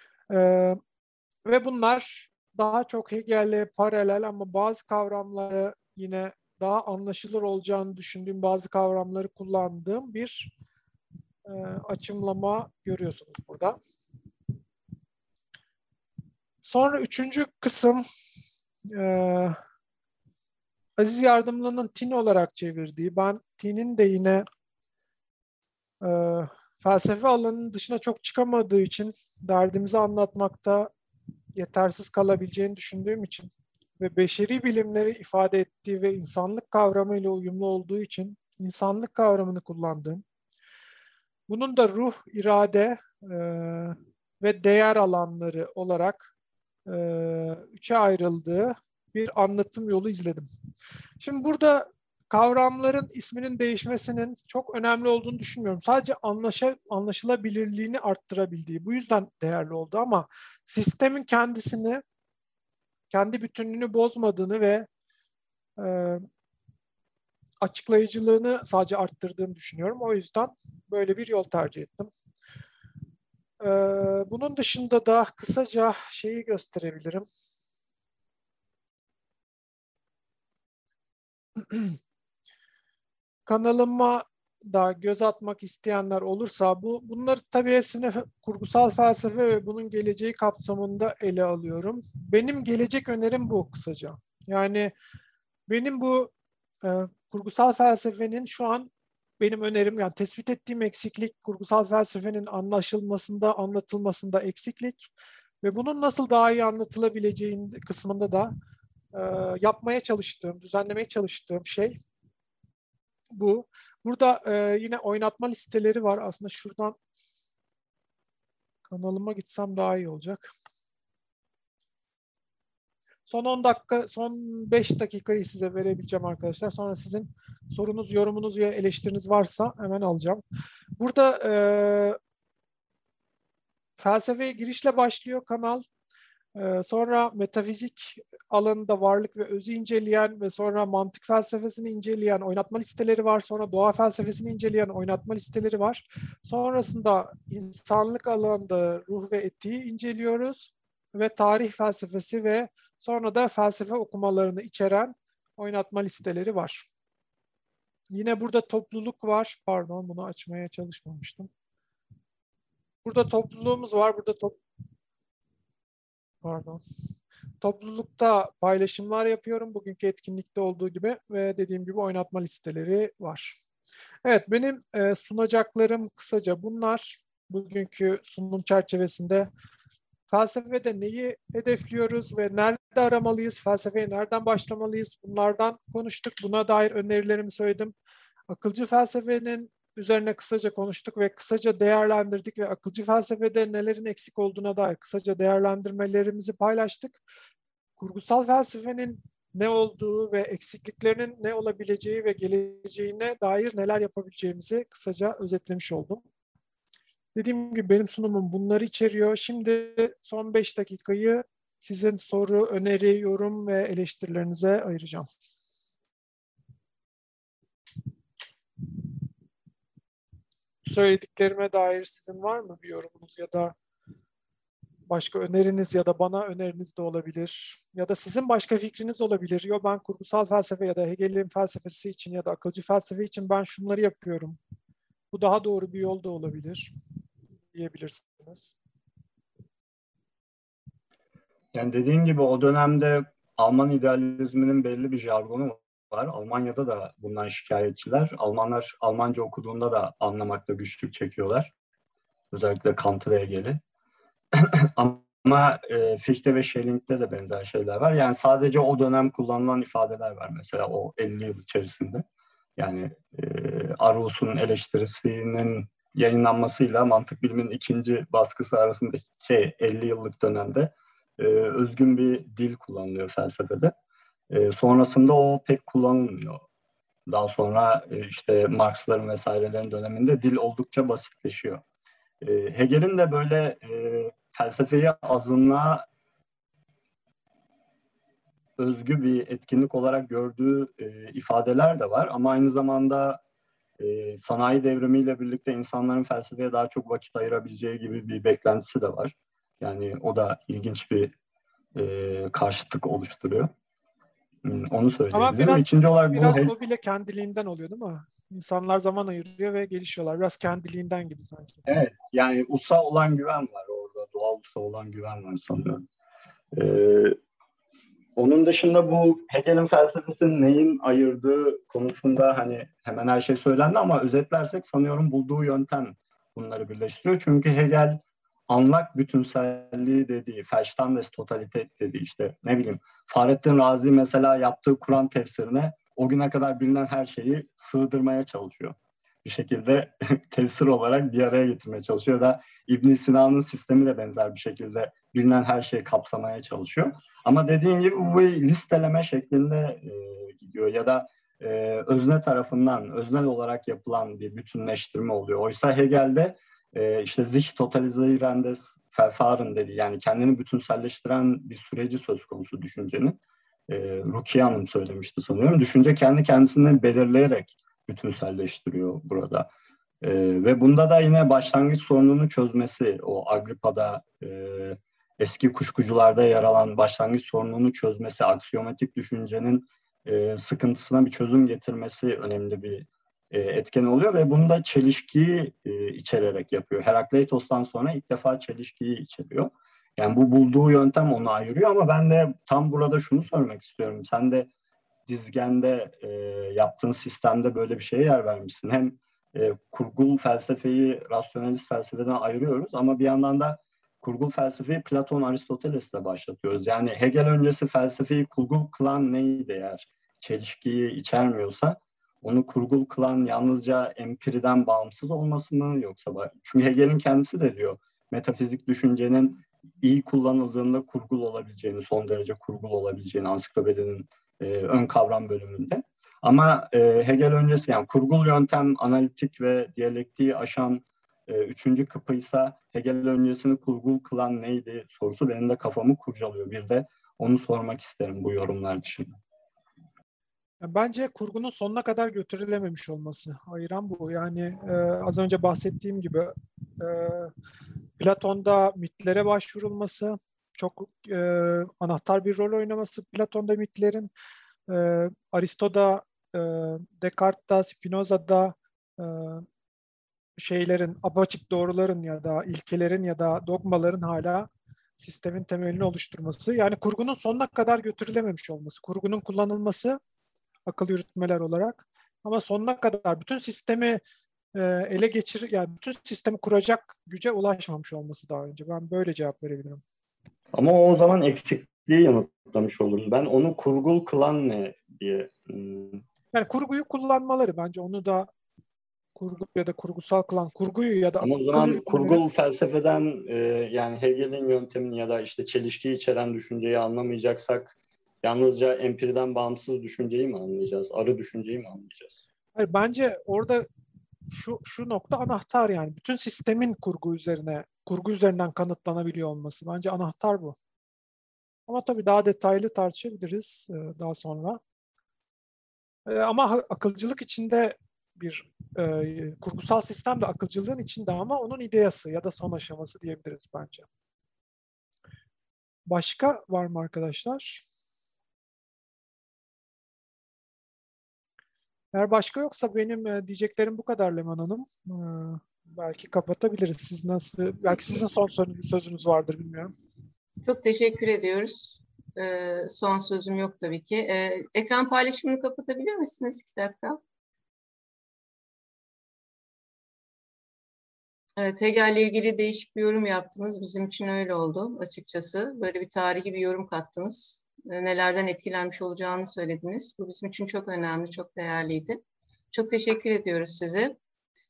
Ve bunlar daha çok Hegel'le paralel ama bazı kavramları yine daha anlaşılır olacağını düşündüğüm bazı kavramları kullandığım bir açımlama görüyorsunuz burada. Sonra üçüncü kısım Aziz Yardımlı'nın Tin olarak çevirdiği, ben Tin'in de yine felsefe alanının dışına çok çıkamadığı için derdimizi anlatmakta yetersiz kalabileceğini düşündüğüm için ve beşeri bilimleri ifade ettiği ve insanlık kavramıyla uyumlu olduğu için insanlık kavramını kullandığım, bunun da ruh, irade ve değer alanları olarak üçe ayrıldığı bir anlatım yolu izledim. Şimdi burada kavramların isminin değişmesinin çok önemli olduğunu düşünmüyorum. Sadece anlaşılabilirliğini arttırabildiği, bu yüzden değerli oldu ama sistemin kendisini, kendi bütünlüğünü bozmadığını ve açıklayıcılığını sadece arttırdığını düşünüyorum. O yüzden böyle bir yol tercih ettim. Bunun dışında da kısaca şeyi gösterebilirim. Kanalıma da göz atmak isteyenler olursa bunları tabii hepsini kurgusal felsefe ve bunun geleceği kapsamında ele alıyorum. Benim gelecek önerim bu kısaca. Yani benim bu kurgusal felsefenin şu an benim önerim, yani tespit ettiğim eksiklik, kurgusal felsefenin anlaşılmasında, anlatılmasında eksiklik ve bunun nasıl daha iyi anlatılabileceğin kısmında da yapmaya çalıştığım, düzenlemeye çalıştığım şey bu. Burada yine oynatma listeleri var. Aslında şuradan kanalıma gitsem daha iyi olacak. Son 10 dakika, son 5 dakikayı size verebileceğim arkadaşlar. Sonra sizin sorunuz, yorumunuz ya eleştiriniz varsa hemen alacağım. Burada felsefeye girişle başlıyor kanal. Sonra metafizik alanında varlık ve özü inceleyen ve sonra mantık felsefesini inceleyen oynatma listeleri var. Sonra doğa felsefesini inceleyen oynatma listeleri var. Sonrasında insanlık alanında ruh ve etiği inceliyoruz ve tarih felsefesi ve sonra da felsefe okumalarını içeren oynatma listeleri var. Yine burada topluluk var. Pardon, bunu açmaya çalışmamıştım. Burada topluluğumuz var. Burada toplulukta paylaşımlar yapıyorum. Bugünkü etkinlikte olduğu gibi ve dediğim gibi oynatma listeleri var. Evet, benim sunacaklarım kısaca bunlar. Bugünkü sunum çerçevesinde felsefede neyi hedefliyoruz ve nerede aramalıyız? Felsefeye nereden başlamalıyız? Bunlardan konuştuk. Buna dair önerilerimi söyledim. Akılcı felsefenin üzerine kısaca konuştuk ve kısaca değerlendirdik ve akılcı felsefede nelerin eksik olduğuna dair kısaca değerlendirmelerimizi paylaştık. Kurgusal felsefenin ne olduğu ve eksikliklerinin ne olabileceği ve geleceğine dair neler yapabileceğimizi kısaca özetlemiş oldum. Dediğim gibi benim sunumum bunları içeriyor. Şimdi son 5 dakikayı sizin soru, öneri, yorum ve eleştirilerinize ayıracağım. Söylediklerime dair sizin var mı bir yorumunuz ya da başka öneriniz ya da bana öneriniz de olabilir. Ya da sizin başka fikriniz olabilir. Yo, ben kurgusal felsefe ya da Hegel'in felsefesi için ya da akılcı felsefe için ben şunları yapıyorum. Bu daha doğru bir yol da olabilir diyebilirsiniz. Yani dediğim gibi o dönemde Alman idealizminin belli bir jargonu var. Almanya'da da bundan şikayetçiler. Almanlar Almanca okuduğunda da anlamakta güçlük çekiyorlar. Özellikle Kant'ı ve Hegel'i. Ama Fichte ve Schelling'de de benzer şeyler var. Yani sadece o dönem kullanılan ifadeler var mesela o 50 yıl içerisinde. Yani Arrhus'un eleştirisinin yayınlanmasıyla Mantık Bilim'in ikinci baskısı arasındaki 50 yıllık dönemde özgün bir dil kullanılıyor felsefede. Sonrasında o pek kullanılmıyor. Daha sonra işte Marx'ların vesairelerin döneminde dil oldukça basitleşiyor. Hegel'in de böyle felsefeyi azınlığa özgü bir etkinlik olarak gördüğü ifadeler de var. Ama aynı zamanda sanayi devrimiyle birlikte insanların felsefeye daha çok vakit ayırabileceği gibi bir beklentisi de var. Yani o da ilginç bir karşıtlık oluşturuyor. Onu söyleyebilirim. Ama İkinci olarak biraz o bile kendiliğinden oluyor değil mi? İnsanlar zaman ayırıyor ve gelişiyorlar. Biraz kendiliğinden gibi sanki. Evet, yani ussa olan güven var orada. Doğal ussa olan güven var sanıyorum. Onun dışında bu Hegel'in felsefesinin neyin ayırdığı konusunda hani hemen her şey söylendi ama özetlersek sanıyorum bulduğu yöntem bunları birleştiriyor. Çünkü Hegel anlak bütünselliği dediği, Verstandes Totalität dediği işte ne bileyim Fahrettin Razi mesela yaptığı Kur'an tefsirine o güne kadar bilinen her şeyi sığdırmaya çalışıyor. Bir şekilde tefsir olarak bir araya getirmeye çalışıyor da İbn Sina'nın sistemi de benzer bir şekilde bilinen her şeyi kapsamaya çalışıyor. Ama dediğin gibi bu bir listeleme şeklinde gidiyor ya da özne tarafından öznel olarak yapılan bir bütünleştirme oluyor. Oysa Hegel'de işte sich totalisierendes Verfahren dedi. Yani kendini bütünselleştiren bir süreci söz konusu düşüncenin. Rukiye Hanım söylemişti sanıyorum. Düşünce kendi kendisini belirleyerek bütünselleştiriyor burada. Ve bunda da yine başlangıç sorununu çözmesi, o Agrippa'da eski kuşkucularda yer alan başlangıç sorununu çözmesi, aksiyomatik düşüncenin sıkıntısına bir çözüm getirmesi önemli bir etken oluyor ve bunu da çelişkiyi içererek yapıyor. Herakleitos'tan sonra ilk defa çelişkiyi içeriyor. Yani bu bulduğu yöntem onu ayırıyor ama ben de tam burada şunu sormak istiyorum. Sen de dizgende yaptığın sistemde böyle bir şeye yer vermişsin. Hem kurgul felsefeyi rasyonalist felsefeden ayırıyoruz ama bir yandan da kurgul felsefeyi Platon, Aristoteles'le başlatıyoruz. Yani Hegel öncesi felsefeyi kurgul kılan neydi eğer çelişkiyi içermiyorsa? Onu kurgul kılan yalnızca empiriden bağımsız olması mı yoksa? Çünkü Hegel'in kendisi de diyor metafizik düşüncenin iyi kullanıldığında kurgul olabileceğini, son derece kurgul olabileceğini ansiklopedinin ön kavram bölümünde. Ama Hegel öncesi yani kurgul yöntem analitik ve diyalektiği aşan üçüncü kapıysa Hegel öncesini kurgul kılan neydi sorusu benim de kafamı kurcalıyor. Bir de onu sormak isterim bu yorumlar dışında. Bence kurgunun sonuna kadar götürülememiş olması. Ayıran bu. Yani az önce bahsettiğim gibi Platon'da mitlere başvurulması, çok anahtar bir rol oynaması Platon'da mitlerin, Aristo'da, Descartes'da, Spinoza'da şeylerin, apaçık doğruların ya da ilkelerin ya da dogmaların hala sistemin temelini oluşturması. Yani kurgunun sonuna kadar götürülememiş olması, kurgunun kullanılması akıl yürütmeler olarak ama sonuna kadar bütün sistemi ele geçir, yani bütün sistemi kuracak güce ulaşmamış olması daha önce. Ben böyle cevap verebilirim. Ama o zaman eksikliği yanıtlamış oluruz. Ben onu kurgul kılan ne diye. Yani kurguyu kullanmaları bence onu da kurgu ya da kurgusal kılan kurguyu ya da ama o zaman kurgul felsefeden yani Hegel'in yöntemini ya da işte çelişkiyi içeren düşünceyi anlamayacaksak yalnızca empiriden bağımsız düşünceyi mi anlayacağız? Arı düşünceyi mi anlayacağız? Hayır, bence orada şu nokta anahtar yani. Bütün sistemin kurgu üzerinden kanıtlanabiliyor olması. Bence anahtar bu. Ama tabii daha detaylı tartışabiliriz daha sonra. Ama akılcılık içinde bir kurgusal sistem de akılcılığın içinde ama onun ideası ya da son aşaması diyebiliriz bence. Başka var mı arkadaşlar? Eğer başka yoksa benim diyeceklerim bu kadar Leman Hanım. Belki kapatabiliriz. Siz nasıl? Belki sizin son sözünüz vardır, bilmiyorum. Çok teşekkür ediyoruz. Son sözüm yok tabii ki. Ekran paylaşımını kapatabilir misiniz? 2 dakika. Evet, Hegel'le ilgili değişik bir yorum yaptınız. Bizim için öyle oldu açıkçası. Böyle bir tarihi bir yorum kattınız. Nelerden etkilenmiş olacağını söylediniz. Bu bizim için çok önemli, çok değerliydi. Çok teşekkür ediyoruz size.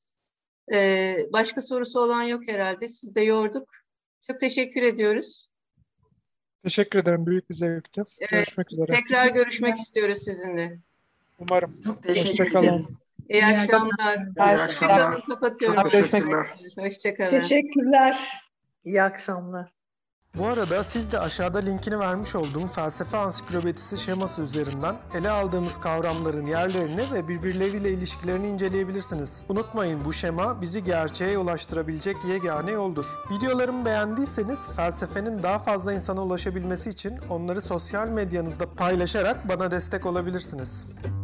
Başka sorusu olan yok herhalde. Siz de yorduk. Çok teşekkür ediyoruz. Teşekkür ederim. Büyük bir zevkti. Evet, görüşmek üzere. Tekrar görüşmek istiyoruz sizinle. Umarım. Çok teşekkür Hoşçakalın. ederiz. İyi akşamlar. Hoşçakalın. Kapatıyorum. Teşekkürler. Hoşçakalın. Teşekkürler. İyi akşamlar. Bu arada siz de aşağıda linkini vermiş olduğum felsefe ansiklopedisi şeması üzerinden ele aldığımız kavramların yerlerini ve birbirleriyle ilişkilerini inceleyebilirsiniz. Unutmayın, bu şema bizi gerçeğe ulaştırabilecek yegane yoldur. Videolarımı beğendiyseniz felsefenin daha fazla insana ulaşabilmesi için onları sosyal medyanızda paylaşarak bana destek olabilirsiniz.